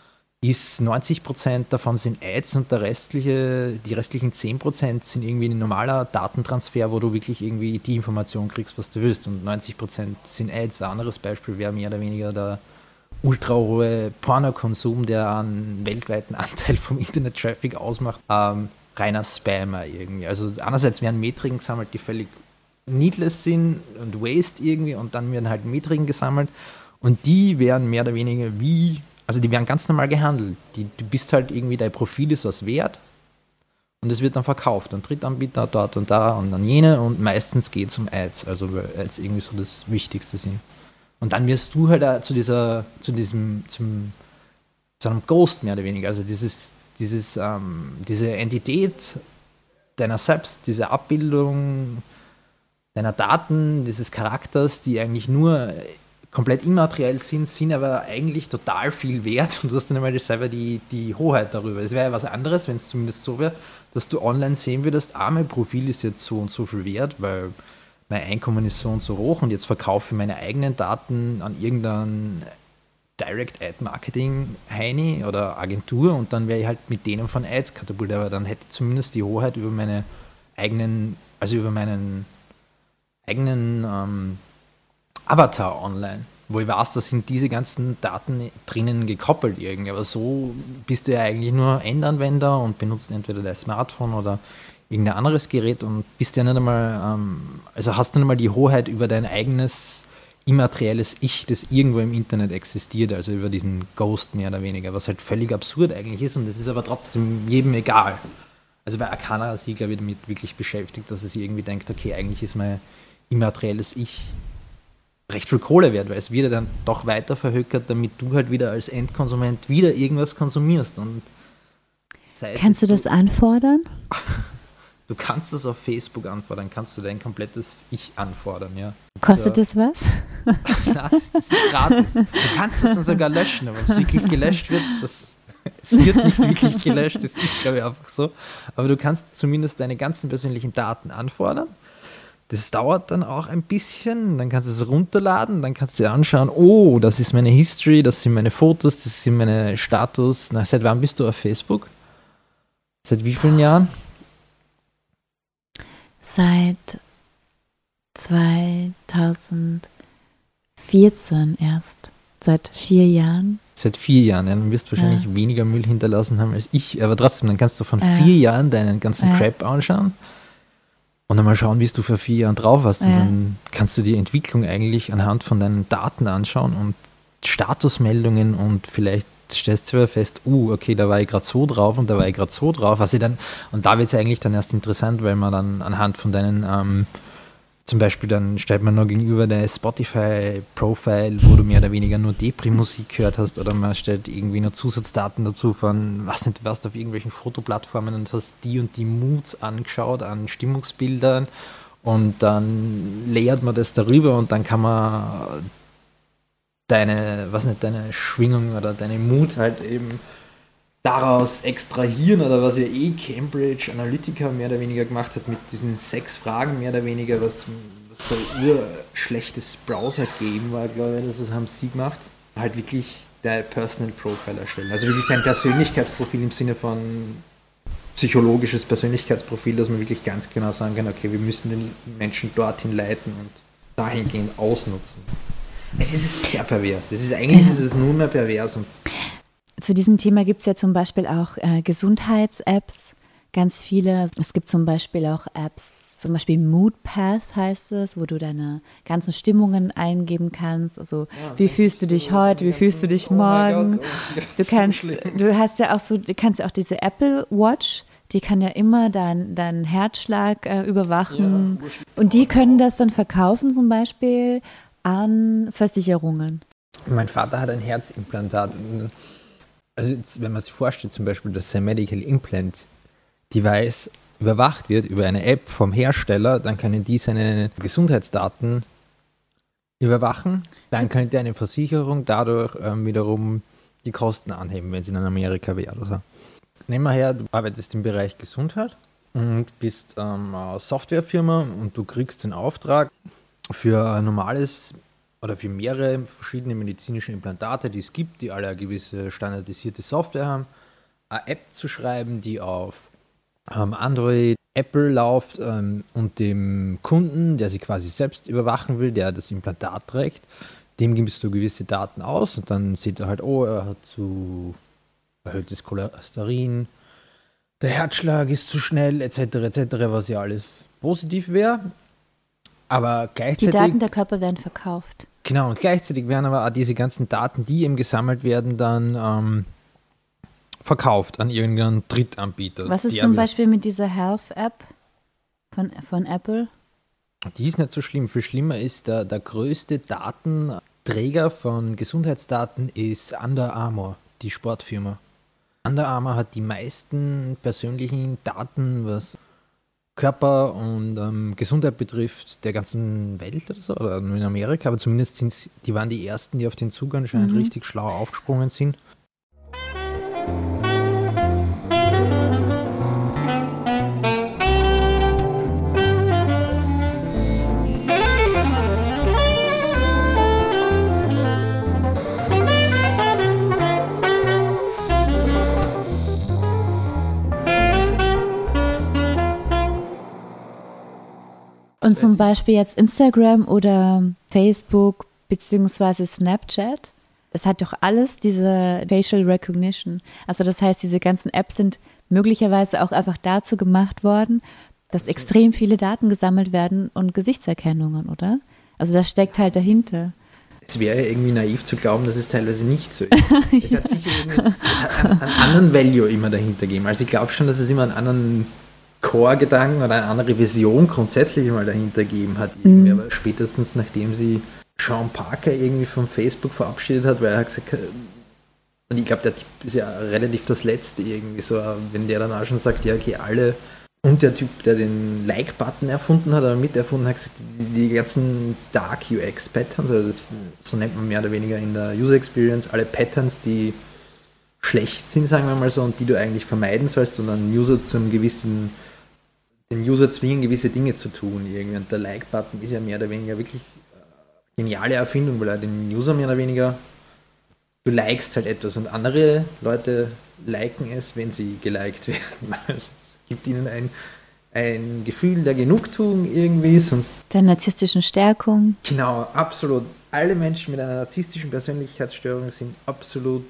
ist neunzig Prozent davon sind Ads, und der restliche, die restlichen zehn Prozent sind irgendwie ein normaler Datentransfer, wo du wirklich irgendwie die Information kriegst, was du willst, und neunzig Prozent sind Ads. Ein anderes Beispiel wäre mehr oder weniger der ultra hohe Pornokonsum, der einen weltweiten Anteil vom Internet-Traffic ausmacht, ähm, reiner Spammer irgendwie. Also einerseits werden Metriken gesammelt, die völlig needless sind und waste irgendwie, und dann werden halt Metriken gesammelt, und die werden mehr oder weniger wie Also die werden ganz normal gehandelt. Die, du bist halt irgendwie, dein Profil ist was wert, und es wird dann verkauft an Drittanbieter dort und da und an jene, und meistens geht es um Ads, also weil Ads irgendwie so das Wichtigste sind. Und dann wirst du halt auch zu dieser, zu diesem, zum, zu einem Ghost mehr oder weniger, also dieses, dieses, ähm, diese Entität deiner selbst, diese Abbildung deiner Daten, dieses Charakters, die eigentlich nur komplett immateriell sind, sind aber eigentlich total viel wert, und du hast dann einmal selber die, die Hoheit darüber. Es wäre ja was anderes, wenn es zumindest so wäre, dass du online sehen würdest, ah, mein Profil ist jetzt so und so viel wert, weil mein Einkommen ist so und so hoch, und jetzt verkaufe ich meine eigenen Daten an irgendeinen Direct-Ad-Marketing-Heini oder Agentur, und dann wäre ich halt mit denen von Ads katapultiert, aber dann hätte ich zumindest die Hoheit über meine eigenen, also über meinen eigenen ähm, Avatar online, wo ich weiß, da sind diese ganzen Daten drinnen gekoppelt irgendwie. Aber so bist du ja eigentlich nur Endanwender und benutzt entweder dein Smartphone oder irgendein anderes Gerät und bist ja nicht einmal, ähm, also hast du nicht einmal die Hoheit über dein eigenes immaterielles Ich, das irgendwo im Internet existiert, also über diesen Ghost mehr oder weniger, was halt völlig absurd eigentlich ist und das ist aber trotzdem jedem egal. Also weil auch keiner sich, glaube ich, damit wirklich beschäftigt, dass er sich irgendwie denkt, okay, eigentlich ist mein immaterielles Ich recht viel Kohle wert, weil es wird ja dann doch weiter verhökert, damit du halt wieder als Endkonsument wieder irgendwas konsumierst. Und sei es Kannst du jetzt das anfordern? Du kannst das auf Facebook anfordern, kannst du dein komplettes Ich anfordern, ja. Kostet So- das was? Nein, das ist gratis. Du kannst es dann sogar löschen, aber wenn es wirklich gelöscht wird, das, es wird nicht wirklich gelöscht, das ist, glaube ich, einfach so. Aber du kannst zumindest deine ganzen persönlichen Daten anfordern. Das dauert dann auch ein bisschen, dann kannst du es runterladen, dann kannst du dir anschauen, oh, das ist meine History, das sind meine Fotos, das sind meine Status. Na, seit wann bist du auf Facebook? Seit wie vielen Jahren? Seit zweitausendvierzehn erst. Seit vier Jahren. Seit vier Jahren, ja, dann wirst du wahrscheinlich Ja. weniger Müll hinterlassen haben als ich, aber trotzdem, dann kannst du von Ja. vier Jahren deinen ganzen Ja. Crap anschauen und dann mal schauen, wie es du vor vier Jahren drauf hast. Und Ja. dann kannst du die Entwicklung eigentlich anhand von deinen Daten anschauen und Statusmeldungen und vielleicht stellst du aber fest, uh, okay, da war ich gerade so drauf und da war ich gerade so drauf. Was ich dann, und da wird es eigentlich dann erst interessant, weil man dann anhand von deinen ähm, zum Beispiel dann stellt man noch gegenüber dein Spotify-Profile, wo du mehr oder weniger nur Depri-Musik gehört hast, oder man stellt irgendwie noch Zusatzdaten dazu von, was nicht, was auf irgendwelchen Fotoplattformen und hast die und die Moods angeschaut an Stimmungsbildern und dann layert man das darüber und dann kann man deine, was nicht, deine Schwingung oder deine Mut halt eben daraus extrahieren oder was ja eh Cambridge Analytica mehr oder weniger gemacht hat mit diesen sechs Fragen mehr oder weniger, was, was so ein urschlechtes Browser-Game war, glaube ich, das haben sie gemacht. Halt wirklich dein Personal Profile erstellen. Also wirklich dein Persönlichkeitsprofil im Sinne von psychologisches Persönlichkeitsprofil, dass man wirklich ganz genau sagen kann, okay, wir müssen den Menschen dorthin leiten und dahingehend ausnutzen. Es ist sehr pervers. Es ist eigentlich Ja. ist es nur mehr pervers und Zu diesem Thema gibt es ja zum Beispiel auch äh, Gesundheits-Apps, ganz viele. Es gibt zum Beispiel auch Apps, zum Beispiel Mood Path heißt es, wo du deine ganzen Stimmungen eingeben kannst. Also wie fühlst du dich heute, wie fühlst du dich morgen? Du kannst, du hast ja auch so, du kannst ja auch diese Apple Watch, die kann ja immer deinen dein Herzschlag äh, überwachen. Und die können das dann verkaufen zum Beispiel an Versicherungen. Mein Vater hat ein Herzimplantat. Also jetzt, wenn man sich vorstellt, zum Beispiel, dass sein Medical Implant Device überwacht wird über eine App vom Hersteller, dann können die seine Gesundheitsdaten überwachen. Dann könnte eine Versicherung dadurch ähm, wiederum die Kosten anheben, wenn es in Amerika wäre oder so. Nehmen wir her, du arbeitest im Bereich Gesundheit und bist ähm, eine Softwarefirma und du kriegst den Auftrag für ein normales oder für mehrere verschiedene medizinische Implantate, die es gibt, die alle eine gewisse standardisierte Software haben, eine App zu schreiben, die auf ähm, Android, Apple läuft ähm, und dem Kunden, der sie quasi selbst überwachen will, der das Implantat trägt, dem gibst du gewisse Daten aus und dann sieht er halt, oh, er hat zu erhöhtes Cholesterin, der Herzschlag ist zu schnell, et cetera et cetera, was ja alles positiv wäre. Aber Die gleichzeitig... Daten der Körper werden verkauft. Genau, und gleichzeitig werden aber auch diese ganzen Daten, die eben gesammelt werden, dann ähm, verkauft an irgendeinen Drittanbieter. Was ist der zum wieder- Beispiel mit dieser Health-App von, von Apple? Die ist nicht so schlimm. Viel schlimmer ist, der, der größte Datenträger von Gesundheitsdaten ist Under Armour, die Sportfirma. Under Armour hat die meisten persönlichen Daten, was Körper und ähm, Gesundheit betrifft, der ganzen Welt oder so, oder nur in Amerika, aber zumindest sind's, die waren die ersten, die auf den Zug anscheinend Mhm. richtig schlau aufgesprungen sind. Und zum Beispiel jetzt Instagram oder Facebook bzw. Snapchat, es hat doch alles diese Facial Recognition. Also das heißt, diese ganzen Apps sind möglicherweise auch einfach dazu gemacht worden, dass extrem viele Daten gesammelt werden und Gesichtserkennungen, oder? Also das steckt halt dahinter. Es wäre ja irgendwie naiv zu glauben, dass es teilweise nicht so ist. Es hat sicher irgendwie, es hat einen, einen anderen Value immer dahinter gegeben. Also ich glaube schon, dass es immer einen anderen Core-Gedanken oder eine andere Vision grundsätzlich mal dahinter gegeben hat. Irgendwie. Aber spätestens nachdem sie Sean Parker irgendwie von Facebook verabschiedet hat, weil er hat gesagt, und ich glaube, der Typ ist ja relativ das Letzte irgendwie so, wenn der dann auch schon sagt, ja okay, alle, und der Typ, der den Like-Button erfunden hat oder miterfunden hat, gesagt, die, die ganzen Dark U X-Patterns, also das, so nennt man mehr oder weniger in der User Experience, alle Patterns, die schlecht sind, sagen wir mal so, und die du eigentlich vermeiden sollst und einen User zum gewissen, den User zwingen, gewisse Dinge zu tun irgendwie. Und der Like-Button ist ja mehr oder weniger wirklich geniale Erfindung, weil er den User mehr oder weniger, du likest halt etwas und andere Leute liken es, wenn sie geliked werden. Es gibt ihnen ein, ein Gefühl der Genugtuung irgendwie, sonst... Der narzisstischen Stärkung. Genau, absolut. Alle Menschen mit einer narzisstischen Persönlichkeitsstörung sind absolut...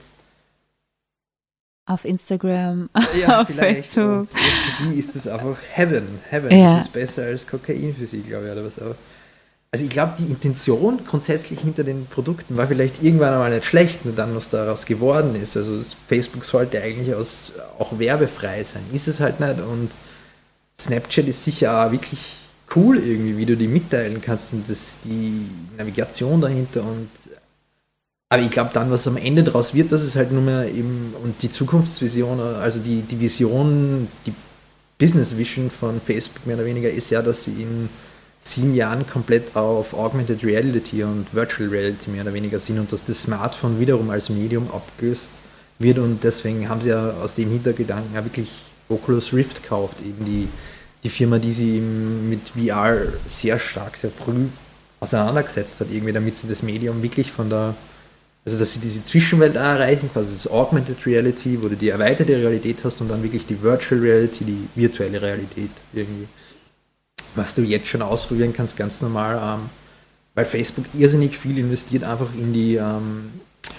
Auf Instagram, ja, auf vielleicht. Facebook. Und für die ist das einfach Heaven. Heaven, Ja. das ist besser als Kokain für sie, glaube ich, oder was auch. Also ich glaube, die Intention grundsätzlich hinter den Produkten war vielleicht irgendwann einmal nicht schlecht, nur dann, was daraus geworden ist. Also Facebook sollte eigentlich aus, auch werbefrei sein, ist es halt nicht. Und Snapchat ist sicher auch wirklich cool irgendwie, wie du die mitteilen kannst und das, die Navigation dahinter. Und aber ich glaube dann, was am Ende daraus wird, dass es halt nur mehr eben, und die Zukunftsvision, also die, die Vision, die Business Vision von Facebook mehr oder weniger ist ja, dass sie in sieben Jahren komplett auf Augmented Reality und Virtual Reality mehr oder weniger sind und dass das Smartphone wiederum als Medium abgelöst wird und deswegen haben sie ja aus dem Hintergedanken ja wirklich Oculus Rift gekauft, eben die, die Firma, die sie eben mit V R sehr stark, sehr früh auseinandergesetzt hat, irgendwie damit sie das Medium wirklich von der, also dass sie diese Zwischenwelt auch erreichen, quasi das Augmented Reality, wo du die erweiterte Realität hast und dann wirklich die Virtual Reality, die virtuelle Realität irgendwie. Was du jetzt schon ausprobieren kannst, ganz normal, ähm, weil Facebook irrsinnig viel investiert einfach in die ähm,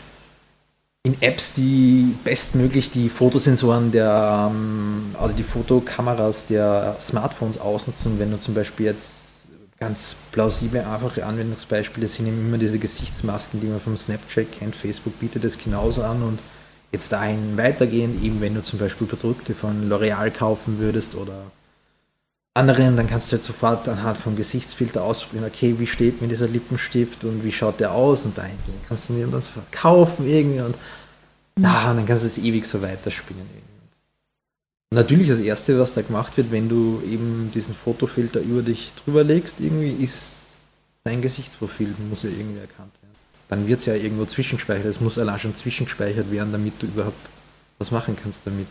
in Apps, die bestmöglich die Fotosensoren der ähm, oder die Fotokameras der Smartphones ausnutzen. Wenn du zum Beispiel jetzt ganz plausible, einfache Anwendungsbeispiele sind eben immer diese Gesichtsmasken, die man vom Snapchat kennt. Facebook bietet das genauso an und jetzt dahin weitergehend, eben wenn du zum Beispiel Produkte von L'Oreal kaufen würdest oder anderen, dann kannst du halt sofort anhand vom Gesichtsfilter ausprobieren, okay, wie steht mir dieser Lippenstift und wie schaut der aus und dahin kannst du den dann sofort kaufen irgendwie und, ah, und dann kannst du es ewig so weiterspielen. Und natürlich das Erste, was da gemacht wird, wenn du eben diesen Fotofilter über dich drüber legst, irgendwie ist dein Gesichtsprofil, muss ja irgendwie erkannt werden. Dann wird es ja irgendwo zwischengespeichert, es muss allein schon zwischengespeichert werden, damit du überhaupt was machen kannst damit.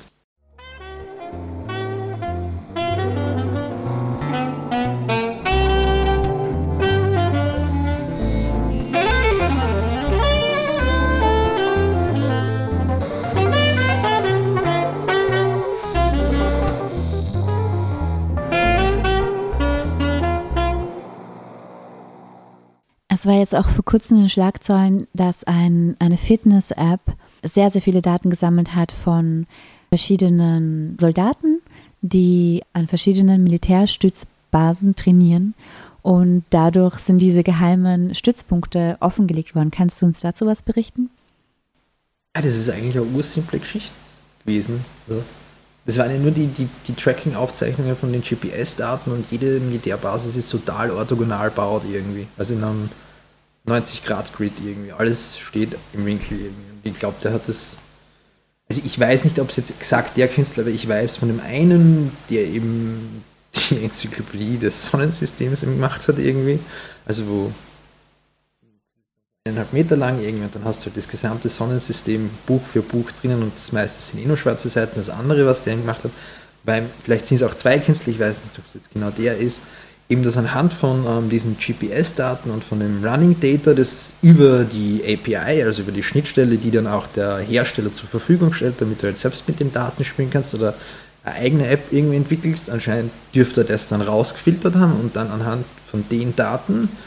Es war jetzt auch vor kurzem in den Schlagzeilen, dass ein, eine Fitness-App sehr, sehr viele Daten gesammelt hat von verschiedenen Soldaten, die an verschiedenen Militärstützbasen trainieren. Und dadurch sind diese geheimen Stützpunkte offengelegt worden. Kannst du uns dazu was berichten? Ja, das ist eigentlich eine ursimple Geschichte gewesen. Also, das waren ja nur die, die, die Tracking-Aufzeichnungen von den G P S-Daten und jede Militärbasis ist total orthogonal baut irgendwie. Also in einem neunzig Grad Grid irgendwie. Alles steht im Winkel irgendwie. Und ich glaube, der hat das. Also ich weiß nicht, ob es jetzt exakt der Künstler, aber ich weiß von dem einen, der eben die Enzyklopädie des Sonnensystems gemacht hat irgendwie. Also wo eineinhalb Meter lang irgendwie und dann hast du halt das gesamte Sonnensystem Buch für Buch drinnen und das meiste sind eh nur schwarze Seiten. Das andere, was der gemacht hat, weil vielleicht sind es auch zwei Künstler, ich weiß nicht, ob es jetzt genau der ist, eben das anhand von ähm, diesen G P S-Daten und von dem Running Data, das über die A P I, also über die Schnittstelle, die dann auch der Hersteller zur Verfügung stellt, damit du halt selbst mit den Daten spielen kannst oder eine eigene App irgendwie entwickelst, anscheinend dürfte er das dann rausgefiltert haben und dann anhand von den Daten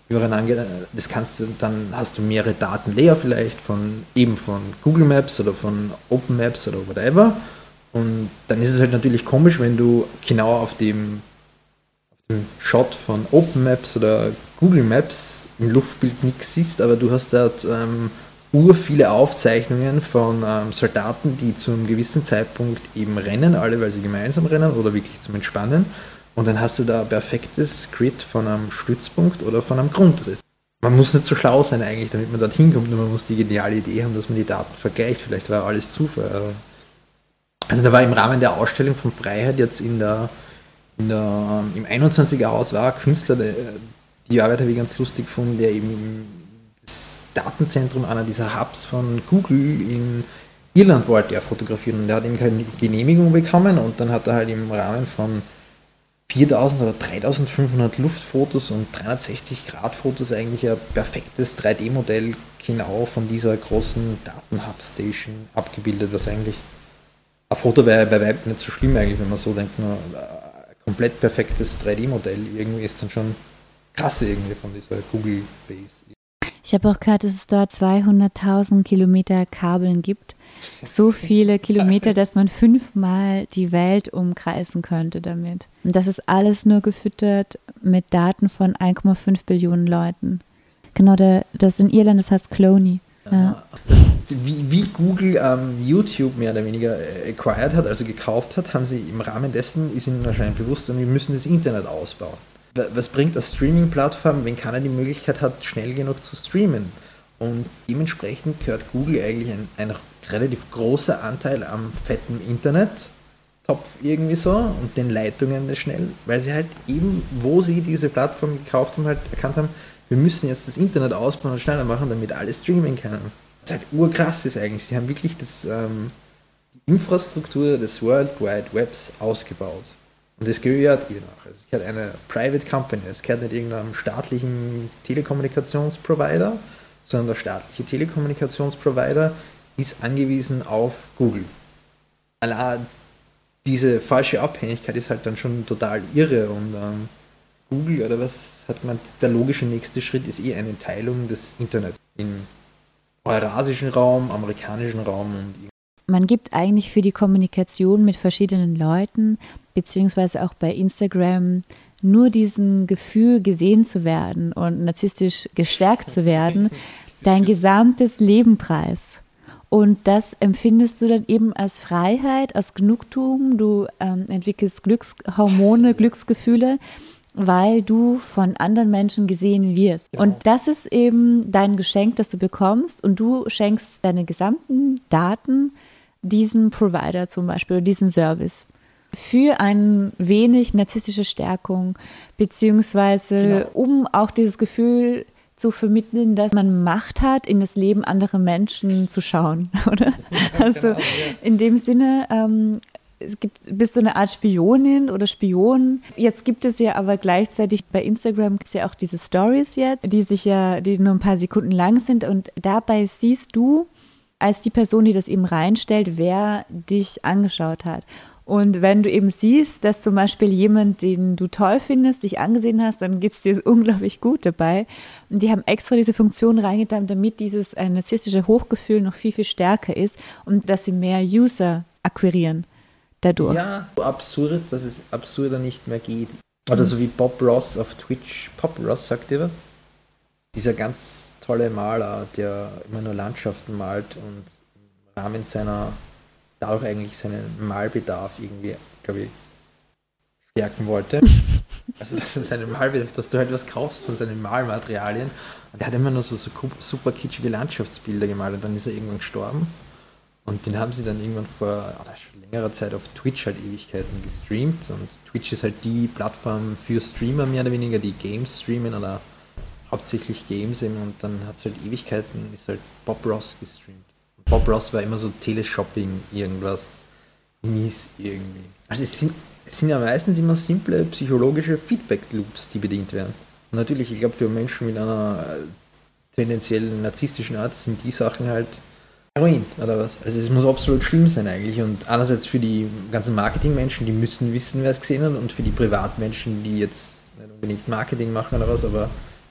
übereinander, das kannst du, dann hast du mehrere Datenlayer vielleicht von eben von Google Maps oder von Open Maps oder whatever. Und dann ist es halt natürlich komisch, wenn du genau auf dem, auf dem Shot von Open Maps oder Google Maps im Luftbild nichts siehst, aber du hast dort ähm, ur viele Aufzeichnungen von ähm, Soldaten, die zu einem gewissen Zeitpunkt eben rennen, alle weil sie gemeinsam rennen oder wirklich zum Entspannen. Und dann hast du da ein perfektes Grid von einem Stützpunkt oder von einem Grundriss. Man muss nicht so schlau sein eigentlich, damit man dorthin kommt, nur man muss die geniale Idee haben, dass man die Daten vergleicht. Vielleicht war alles Zufall. Aber also da war im Rahmen der Ausstellung von Freiheit jetzt in der, in der im einundzwanziger Haus war ein Künstler, der, die Arbeit habe ich ganz lustig gefunden, der eben im das Datenzentrum einer dieser Hubs von Google in Irland wollte er fotografieren und der hat eben keine Genehmigung bekommen und dann hat er halt im Rahmen von viertausend oder dreitausendfünfhundert Luftfotos und dreihundertsechzig Grad Fotos eigentlich ein perfektes drei D-Modell genau von dieser großen Daten-Hub-Station abgebildet, was eigentlich ein Foto wäre bei weitem nicht so schlimm eigentlich, wenn man so denkt, nur ein komplett perfektes drei D-Modell irgendwie ist dann schon krass irgendwie von dieser Google Base. Ich habe auch gehört, dass es dort zweihunderttausend Kilometer Kabeln gibt. So viele Kilometer, dass man fünfmal die Welt umkreisen könnte damit. Und das ist alles nur gefüttert mit Daten von eins Komma fünf Billionen Leuten. Genau, der, das in Irland, das heißt Cloney. Ja. Das, wie, wie Google ähm, YouTube mehr oder weniger äh, acquired hat, also gekauft hat, haben sie im Rahmen dessen, ist ihnen wahrscheinlich bewusst, wir müssen das Internet ausbauen. Was bringt eine Streaming-Plattform, wenn keiner die Möglichkeit hat, schnell genug zu streamen? Und dementsprechend gehört Google eigentlich ein, ein relativ großer Anteil am fetten Internet-Topf irgendwie so und den Leitungen das schnell, weil sie halt eben, wo sie diese Plattform gekauft haben, halt erkannt haben, wir müssen jetzt das Internet ausbauen und schneller machen, damit alle streamen können. Was halt urkrass ist eigentlich. Sie haben wirklich das, ähm, die Infrastruktur des World Wide Webs ausgebaut. Und das gehört ihnen auch. Also es gehört eine Private Company, es gehört nicht irgendeinem staatlichen Telekommunikationsprovider, sondern der staatliche Telekommunikationsprovider ist angewiesen auf Google. Allein diese falsche Abhängigkeit ist halt dann schon total irre und ähm, Google oder was hat man, der logische nächste Schritt ist eh eine Teilung des Internet im eurasischen Raum, amerikanischen Raum und man gibt eigentlich für die Kommunikation mit verschiedenen Leuten, beziehungsweise auch bei Instagram, nur diesem Gefühl, gesehen zu werden und narzisstisch gestärkt zu werden, dein gesamtes Leben preis. Und das empfindest du dann eben als Freiheit, als Genugtuung. Du ähm, entwickelst Glückshormone, Glücksgefühle, weil du von anderen Menschen gesehen wirst. Genau. Und das ist eben dein Geschenk, das du bekommst und du schenkst deine gesamten Daten diesem Provider zum Beispiel oder diesen Service für ein wenig narzisstische Stärkung, beziehungsweise genau. um auch dieses Gefühl zu vermitteln, dass man Macht hat, in das Leben anderer Menschen zu schauen, oder? Also genau, ja. In dem Sinne, ähm, es gibt, bist du eine Art Spionin oder Spion. Jetzt gibt es ja aber gleichzeitig bei Instagram gibt es ja auch diese Stories jetzt, die sich ja, die nur ein paar Sekunden lang sind und dabei siehst du als die Person, die das eben reinstellt, wer dich angeschaut hat. Und wenn du eben siehst, dass zum Beispiel jemand, den du toll findest, dich angesehen hast, dann geht es dir unglaublich gut dabei. Und die haben extra diese Funktion reingetan, damit dieses äh, narzisstische Hochgefühl noch viel, viel stärker ist und dass sie mehr User akquirieren dadurch. Ja, so absurd, dass es absurder nicht mehr geht. Oder so wie Bob Ross auf Twitch. Bob Ross, sagt ihr was? Dieser ganz tolle Maler, der immer nur Landschaften malt und im Rahmen seiner, dadurch eigentlich seinen Malbedarf irgendwie, glaube ich, stärken wollte. Also das ist seine Malbedarf, dass du halt was kaufst von seinen Malmaterialien. Und er hat immer nur so, so super kitschige Landschaftsbilder gemalt und dann ist er irgendwann gestorben. Und den haben sie dann irgendwann vor oh, schon längerer Zeit auf Twitch halt Ewigkeiten gestreamt. Und Twitch ist halt die Plattform für Streamer mehr oder weniger, die Games streamen oder hauptsächlich Games eben. Und dann hat es halt Ewigkeiten, ist halt Bob Ross gestreamt. Und Bob Ross war immer so Teleshopping, irgendwas mies irgendwie. Also es sind, es sind ja meistens immer simple psychologische Feedback-Loops, die bedient werden. Und natürlich, ich glaube, für Menschen mit einer tendenziell narzisstischen Art sind die Sachen halt Heroin oder was. Also es muss absolut schlimm sein eigentlich. Und einerseits für die ganzen Marketingmenschen, die müssen wissen, wer es gesehen hat, und für die Privatmenschen, die jetzt nicht unbedingt Marketing machen oder was, aber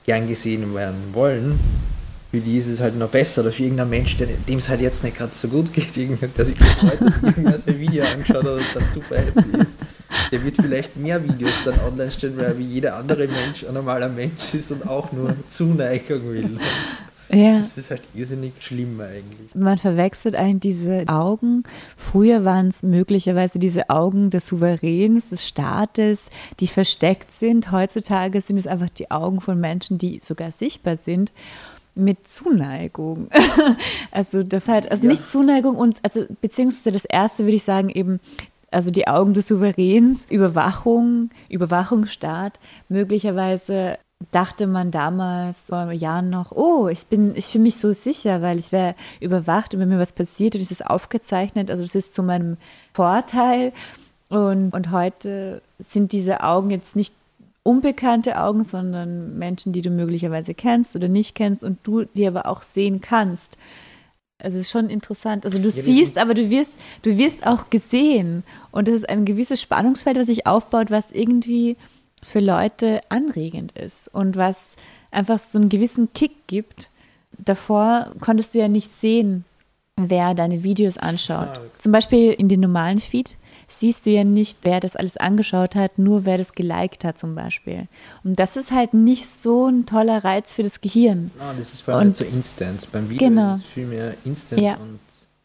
gern gesehen werden wollen, für die ist es halt noch besser. Oder für irgendeinen Mensch, der- dem es halt jetzt nicht gerade so gut geht, irgendwie, der sich freut, dass irgendwer sein Video angeschaut hat und dann super happy ist. Der wird vielleicht mehr Videos dann online stellen, weil er wie jeder andere Mensch ein normaler Mensch ist und auch nur Zuneigung will. Ja. Das ist halt irrsinnig schlimm eigentlich. Man verwechselt eigentlich diese Augen. Früher waren es möglicherweise diese Augen des Souveräns, des Staates, die versteckt sind. Heutzutage sind es einfach die Augen von Menschen, die sogar sichtbar sind, mit Zuneigung. Also, da fällt, also Ja. nicht Zuneigung und, also beziehungsweise das erste würde ich sagen eben, also die Augen des Souveräns, Überwachung, Überwachungsstaat, möglicherweise dachte man damals vor Jahren noch, oh, ich bin, ich fühle mich so sicher, weil ich wäre überwacht und wenn mir was passiert, dann ist es aufgezeichnet, also das ist zu meinem Vorteil. Und, und heute sind diese Augen jetzt nicht unbekannte Augen, sondern Menschen, die du möglicherweise kennst oder nicht kennst und du die aber auch sehen kannst. Also es ist schon interessant. Also du Ja, das siehst, ist- aber du wirst, du wirst auch gesehen. Und das ist ein gewisses Spannungsfeld, was sich aufbaut, was irgendwie für Leute anregend ist und was einfach so einen gewissen Kick gibt. Davor konntest du ja nicht sehen, wer deine Videos anschaut. Ah, okay. Zum Beispiel in den normalen Feed siehst du ja nicht, wer das alles angeschaut hat, nur wer das geliked hat zum Beispiel. Und das ist halt nicht so ein toller Reiz für das Gehirn. No, das ist bei allem Und- nicht so instant. Beim Video Genau. ist es viel mehr instant Ja. und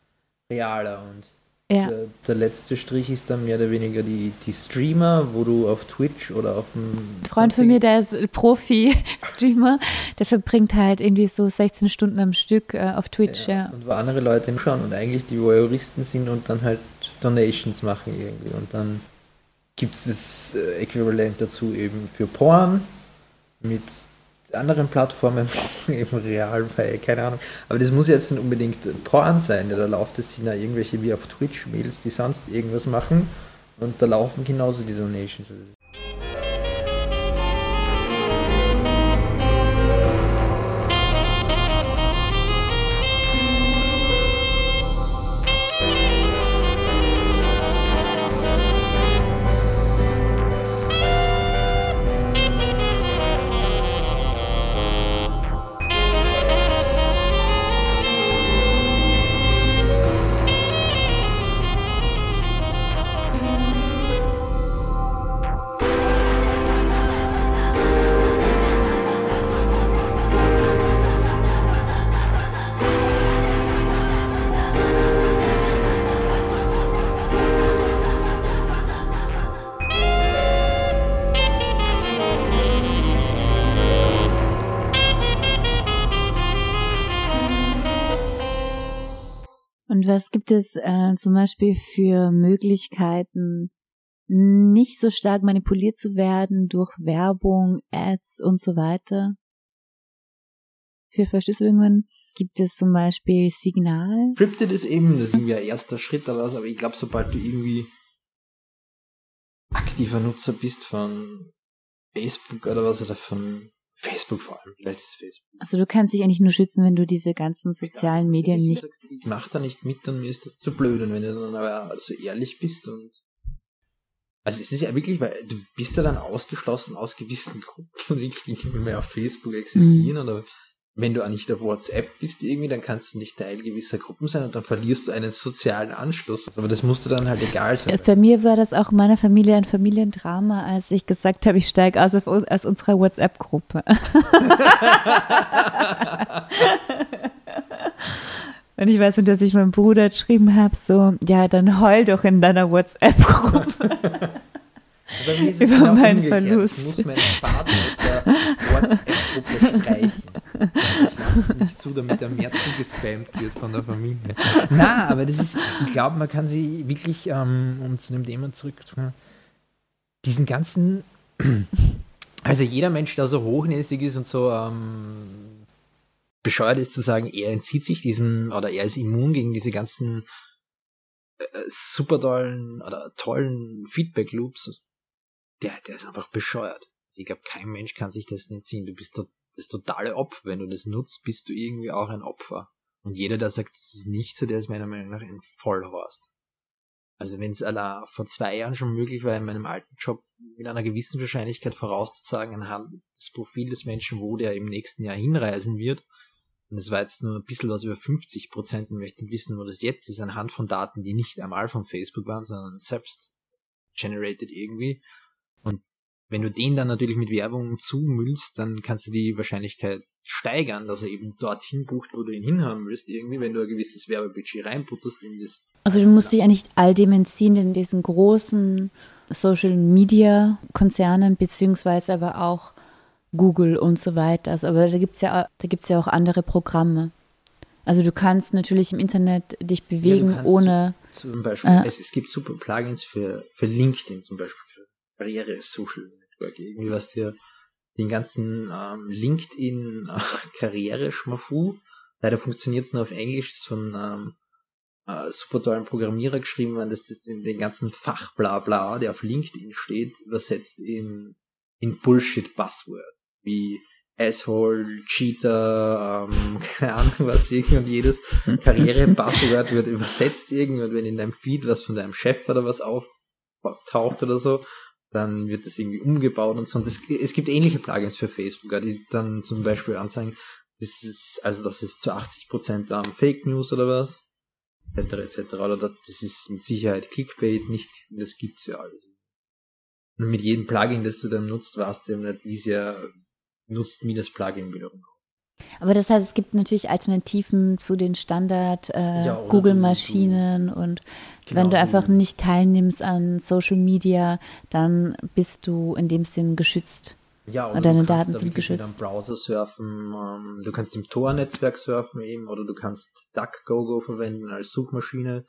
realer. Und Ja. der, der letzte Strich ist dann mehr oder weniger die, die Streamer, wo du auf Twitch oder auf dem Ein Freund von mir, der ist Profi-Streamer, der verbringt halt irgendwie so sechzehn Stunden am Stück äh, auf Twitch, ja. und wo andere Leute hinschauen und eigentlich die Voyeuristen sind und dann halt Donations machen irgendwie. Und dann gibt es das äh, Äquivalent dazu eben für Porn mit anderen Plattformen, eben real bei, keine Ahnung. Aber das muss jetzt nicht unbedingt Porn sein, ja, da läuft es sind ja irgendwelche wie auf Twitch Mädels, die sonst irgendwas machen und da laufen genauso die Donations. Und was gibt es äh, zum Beispiel für Möglichkeiten, nicht so stark manipuliert zu werden durch Werbung, Ads und so weiter? Für Verschlüsselungen gibt es zum Beispiel Signal. Encrypted ist eben, das ist irgendwie ein erster Schritt oder was, aber ich glaube, sobald du irgendwie aktiver Nutzer bist von Facebook oder was, oder von Facebook vor allem, vielleicht ist Facebook. Also du kannst dich eigentlich nur schützen, wenn du diese ganzen sozialen Medien Wenn du nicht... sagst, ich mach da nicht mit, dann mir ist das zu blöd. Und wenn du dann aber so ehrlich bist und also es ist ja wirklich, weil du bist ja dann ausgeschlossen aus gewissen Gruppen, wirklich, die nicht mehr auf Facebook existieren, Mhm. oder wenn du auch nicht auf WhatsApp bist irgendwie, dann kannst du nicht Teil gewisser Gruppen sein und dann verlierst du einen sozialen Anschluss. Aber das musst du dann halt egal sein. Bei mir war das auch in meiner Familie ein Familiendrama, als ich gesagt habe, ich steige aus, auf, aus unserer WhatsApp-Gruppe. Und ich weiß nicht, dass ich meinem Bruder geschrieben habe, so, ja, dann heul doch in deiner WhatsApp-Gruppe. Bei mir ist es Über genau meinen umgekehrt. Verlust. Ich muss meinen Vater aus der WhatsApp-Gruppe streichen. Ich lasse es nicht zu, damit er mehr zugespammt wird von der Familie. Na, aber das ist, ich glaube, man kann sie wirklich, ähm, um zu dem Thema zurückzukommen, diesen ganzen, also jeder Mensch, der so hochnäsig ist und so ähm, bescheuert ist zu sagen, er entzieht sich diesem, oder er ist immun gegen diese ganzen äh, super tollen oder tollen Feedback-Loops, der, der ist einfach bescheuert. Ich glaube, kein Mensch kann sich das nicht ziehen. Du bist to- das totale Opfer. Wenn du das nutzt, bist du irgendwie auch ein Opfer. Und jeder, der sagt, das ist nicht so, der ist meiner Meinung nach ein Vollhorst. Also wenn es vor zwei Jahren schon möglich war, in meinem alten Job mit einer gewissen Wahrscheinlichkeit vorauszusagen, anhand das Profil des Menschen, wo der im nächsten Jahr hinreisen wird. Und das war jetzt nur ein bisschen was über fünfzig Prozent und möchten wissen, wo das jetzt ist, anhand von Daten, die nicht einmal von Facebook waren, sondern selbst generated irgendwie. Und wenn du den dann natürlich mit Werbung zumüllst, dann kannst du die Wahrscheinlichkeit steigern, dass er eben dorthin bucht, wo du ihn hinhaben willst, irgendwie, wenn du ein gewisses Werbebudget reinputterst in das. Also du musst dich eigentlich all dem entziehen, in diesen großen Social-Media-Konzernen, beziehungsweise aber auch Google und so weiter. Also, aber da gibt es ja, da gibt's ja auch andere Programme. Also du kannst natürlich im Internet dich bewegen, ja, ohne... Zum Beispiel, äh, es, es gibt super Plugins für, für LinkedIn zum Beispiel, für Karriere-Social Network, irgendwie was dir den ganzen ähm, LinkedIn-Karriere-Schmafu, leider funktioniert es nur auf Englisch, ist von ähm, äh, super tollen Programmierer geschrieben worden, dass das in den ganzen Fachblabla, der auf LinkedIn steht, übersetzt in, in Bullshit-Buzzwords, wie Asshole, Cheater, ähm, keine Ahnung was, irgendwie und jedes Karriere-Buzzword wird übersetzt irgendwie und wenn in deinem Feed was von deinem Chef oder was auftaucht oder so, dann wird das irgendwie umgebaut und so. Und das, es gibt ähnliche Plugins für Facebook, die dann zum Beispiel anzeigen, das ist, also das ist zu achtzig Prozent ähm, Fake News oder was, et cetera et cetera. Oder das ist mit Sicherheit Clickbait, nicht, das gibt's ja alles. Und mit jedem Plugin, das du dann nutzt, weißt du eben nicht, wie sehr nutzt mir das Plugin wiederum. Aber das heißt, es gibt natürlich Alternativen zu den Standard äh, Ja, Google-Maschinen und Genau, wenn du einfach du- nicht teilnimmst an Social Media, dann bist du in dem Sinn geschützt. Ja, oder deine du kannst Daten da sind wirklich mit geschützt. einem Browser surfen, ähm, du kannst im Tor-Netzwerk surfen eben, oder du kannst DuckDuckGo verwenden als Suchmaschine,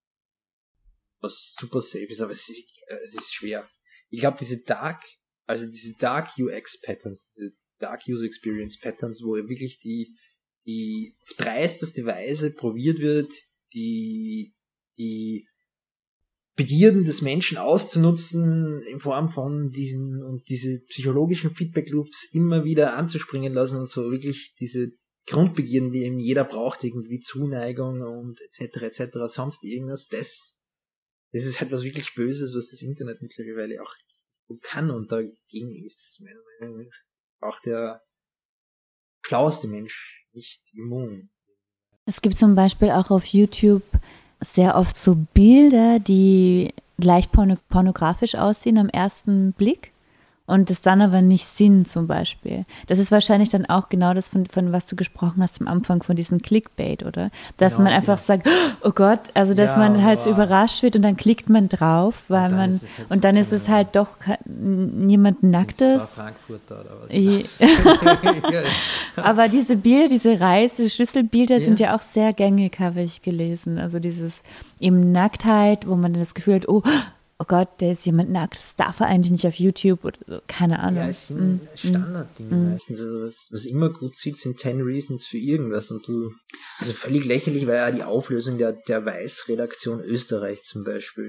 was super safe ist, aber es ist, äh, es ist schwer. Ich glaube, diese Dark, also diese Dark U X Patterns, diese Dark User Experience Patterns, wo wirklich die, die auf dreisteste Weise probiert wird, die, die Begierden des Menschen auszunutzen in Form von diesen und diese psychologischen Feedback Loops immer wieder anzuspringen lassen und so wirklich diese Grundbegierden, die eben jeder braucht, irgendwie Zuneigung und et cetera et cetera, sonst irgendwas, das, das ist halt was wirklich Böses, was das Internet mittlerweile auch kann, und dagegen ist meiner Meinung nach auch der schlaueste Mensch nicht immun. Es gibt zum Beispiel auch auf YouTube sehr oft so Bilder, die leicht porno- pornografisch aussehen am ersten Blick und das dann aber nicht sind zum Beispiel. Das ist wahrscheinlich dann auch genau das, von, von was du gesprochen hast am Anfang, von diesem Clickbait, oder? Dass Genau, man einfach genau. sagt, oh Gott, also dass Ja, man halt so aber- überrascht wird und dann klickt man drauf, weil dann man, ist es halt und dann ist es keine- halt doch ke- niemand Nacktes. Das war Frankfurter oder was? Je- Ja. Aber diese Bilder, diese Reise, Schlüsselbilder Ja. sind ja auch sehr gängig, habe ich gelesen. Also dieses eben Nacktheit, wo man dann das Gefühl hat, oh, oh Gott, da ist jemand nackt, das darf er eigentlich nicht auf YouTube oder so, keine Ahnung. Ja, es sind Mm, Standarddinge mm. meistens. Also was, was immer gut sieht, sind ten Reasons für irgendwas. Und du, also völlig lächerlich war ja die Auflösung der, der Weiß-Redaktion Österreich zum Beispiel.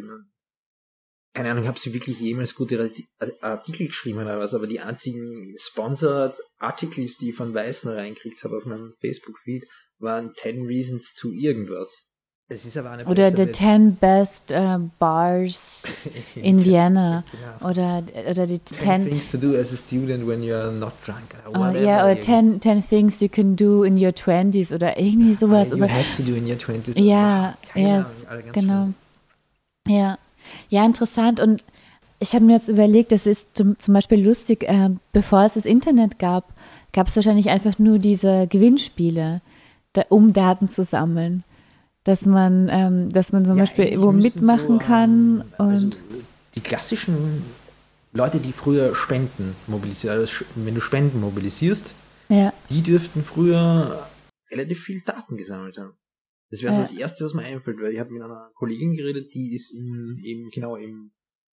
Keine Ahnung, habe sie wirklich jemals gute Arti- Artikel geschrieben oder was, aber die einzigen Sponsored Articles, die ich von Weiß noch reingekriegt habe auf meinem Facebook-Feed, waren ten Reasons to irgendwas. Das ist aber eine Oder bessere- the ten best äh, bars in Vienna. Genau. Oder, oder die ten ten, things to do as a student when you're not drunk. Or oh, whatever. ja, oder ten, ten things you can do in your twenties oder irgendwie sowas. You Also, have to do in your twenties. ja, Keine yes, Ahnung, alle ganz genau. schlimm. Ja. Ja, interessant. Und ich habe mir jetzt überlegt, das ist zum, zum Beispiel lustig, äh, bevor es das Internet gab, gab es wahrscheinlich einfach nur diese Gewinnspiele, da, um Daten zu sammeln. Dass man, ähm, dass man zum Ja, Beispiel eigentlich wo müssen mitmachen so, kann. ähm, also Und die klassischen Leute, die früher Spenden mobilisieren, also sch- wenn du Spenden mobilisierst, ja, die dürften früher relativ viel Daten gesammelt haben. Das wäre so Ja. das Erste, was mir einfällt, weil ich habe mit einer Kollegin geredet, die ist im, eben genau im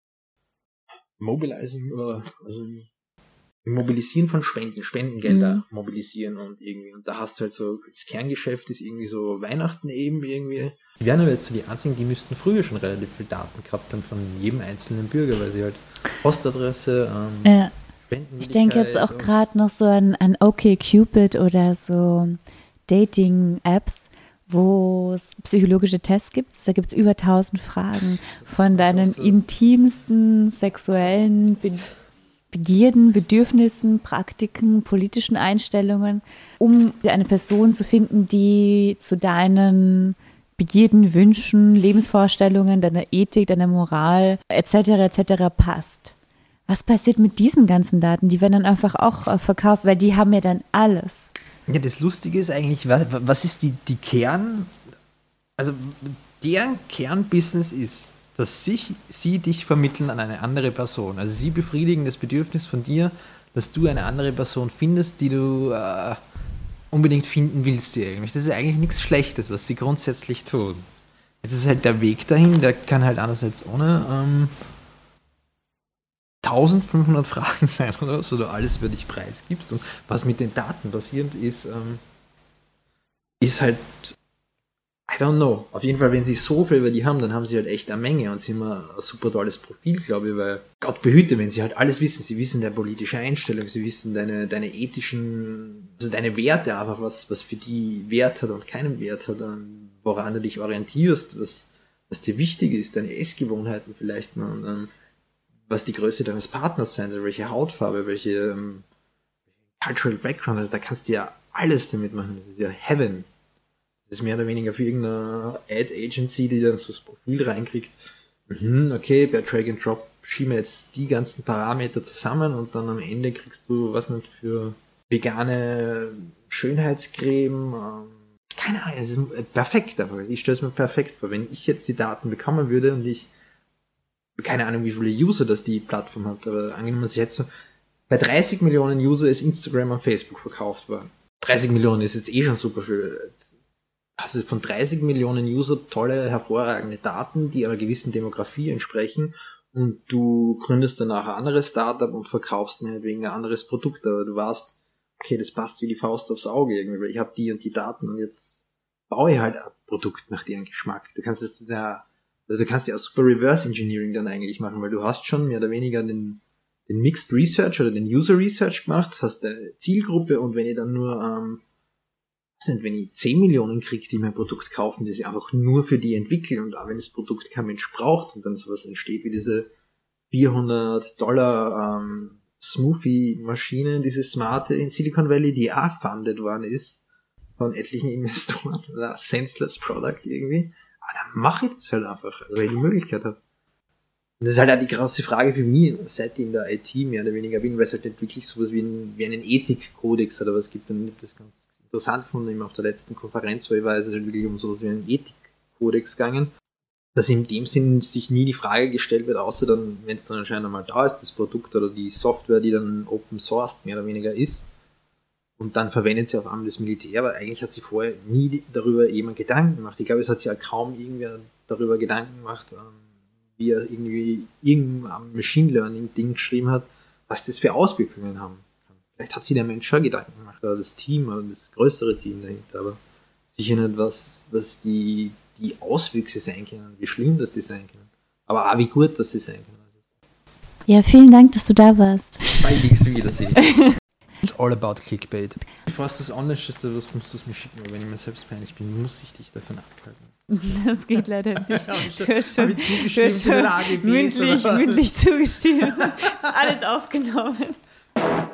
Mobilizing oder also im im Mobilisieren von Spenden, Spendengelder Mhm. mobilisieren und irgendwie, und da hast du halt so, das Kerngeschäft ist irgendwie so Weihnachten eben irgendwie. Die wären aber jetzt so die einzigen, die müssten früher schon relativ viel Daten gehabt haben von jedem einzelnen Bürger, weil sie halt Postadresse, ähm, ja. Spendenwilligkeit Ich denke jetzt auch und- gerade noch so an, an OkCupid oder so Dating-Apps, wo es psychologische Tests gibt. Da gibt es über tausend Fragen von deinen so. intimsten sexuellen Be Begierden, Bedürfnissen, Praktiken, politischen Einstellungen, um eine Person zu finden, die zu deinen Begierden, Wünschen, Lebensvorstellungen, deiner Ethik, deiner Moral et cetera et cetera passt. Was passiert mit diesen ganzen Daten? Die werden dann einfach auch äh, verkauft, weil die haben ja dann alles. Ja, das Lustige ist eigentlich, was, was ist die, die Kern, also deren Kernbusiness ist, dass sich, sie dich vermitteln an eine andere Person. Also sie befriedigen das Bedürfnis von dir, dass du eine andere Person findest, die du äh, unbedingt finden willst. Irgendwie. Das ist eigentlich nichts Schlechtes, was sie grundsätzlich tun. Jetzt ist halt der Weg dahin, der kann halt einerseits ohne ähm, eintausendfünfhundert Fragen sein oder so, du alles über dich preisgibst. Und was mit den Daten passiert ist, ähm, ist halt I don't know. Auf jeden Fall, wenn sie so viel über die haben, dann haben sie halt echt eine Menge und sie haben ein super tolles Profil, glaube ich, weil Gott behüte, wenn sie halt alles wissen. Sie wissen deine politische Einstellung, sie wissen deine, deine ethischen, also deine Werte einfach, was, was für die Wert hat und keinen Wert hat, woran du dich orientierst, was, was dir wichtig ist, deine Essgewohnheiten vielleicht mal, und ähm, was die Größe deines Partners sein soll, welche Hautfarbe, welche ähm, Cultural Background, also da kannst du ja alles damit machen, das ist ja Heaven. Das ist mehr oder weniger für irgendeine Ad-Agency, die dann so das Profil reinkriegt. Mhm, okay, bei Drag and Drop schieben wir jetzt die ganzen Parameter zusammen und dann am Ende kriegst du, was nicht, für vegane Schönheitscreme. Ähm, keine Ahnung, es ist perfekt einfach. Ich stelle es mir perfekt vor. Wenn ich jetzt die Daten bekommen würde und ich, keine Ahnung, wie viele User das die Plattform hat, aber angenommen, sich jetzt so, bei dreißig Millionen User ist Instagram und Facebook verkauft worden. dreißig Millionen ist jetzt eh schon super viel. Also von dreißig Millionen User tolle, hervorragende Daten, die einer gewissen Demografie entsprechen, und du gründest danach ein anderes Startup und verkaufst meinetwegen ein anderes Produkt, aber du weißt, okay, das passt wie die Faust aufs Auge irgendwie, weil ich habe die und die Daten und jetzt baue ich halt ein Produkt nach deren Geschmack. Du kannst es da, also du kannst ja auch super Reverse Engineering dann eigentlich machen, weil du hast schon mehr oder weniger den, den Mixed Research oder den User Research gemacht, hast eine Zielgruppe, und wenn ihr dann nur ähm, wenn ich zehn Millionen kriege, die mein Produkt kaufen, die sie einfach nur für die entwickeln, und auch wenn das Produkt kein Mensch braucht und dann sowas entsteht wie diese vierhundert Dollar ähm, Smoothie-Maschine, diese smarte in Silicon Valley, die auch funded worden ist von etlichen Investoren, oder senseless Product irgendwie, aber dann mache ich das halt einfach, also weil ich die Möglichkeit habe. Und das ist halt auch die große Frage für mich, seit ich in der I T mehr oder weniger bin, weil es halt nicht wirklich sowas wie, ein, wie einen Ethikkodex oder was gibt, dann gibt es ganz interessant gefunden, eben auf der letzten Konferenz, weil ich weiß, es ist halt wirklich um sowas wie einen Ethikkodex gegangen, dass in dem Sinn sich nie die Frage gestellt wird, außer dann, wenn es dann anscheinend einmal da ist, das Produkt oder die Software, die dann open sourced mehr oder weniger ist, und dann verwendet sie auf einmal das Militär, aber eigentlich hat sich vorher nie darüber jemand Gedanken gemacht. Ich glaube, es hat sich ja kaum irgendwer darüber Gedanken gemacht, wie er irgendwie irgendein Machine Learning Ding geschrieben hat, was das für Auswirkungen haben. Vielleicht hat sich der Mensch schon Gedanken gemacht, oder das Team, oder das größere Team dahinter, aber sicher nicht, was, was die, die Auswüchse sein können, wie schlimm das die sein können. Aber auch wie gut, dass sie sein können. Ja, vielen Dank, dass du da warst. Bei X Wiedersehen. It's all about Clickbait. Bevor es das anders ist, was musst du es mir schicken, aber wenn ich mir selbst peinlich bin, muss ich dich davon abhalten. Das geht leider nicht. Du hast Hab schon, ich du hast zugestimmt in schon den A G Bs, mündlich, oder? mündlich zugestimmt. Alles aufgenommen.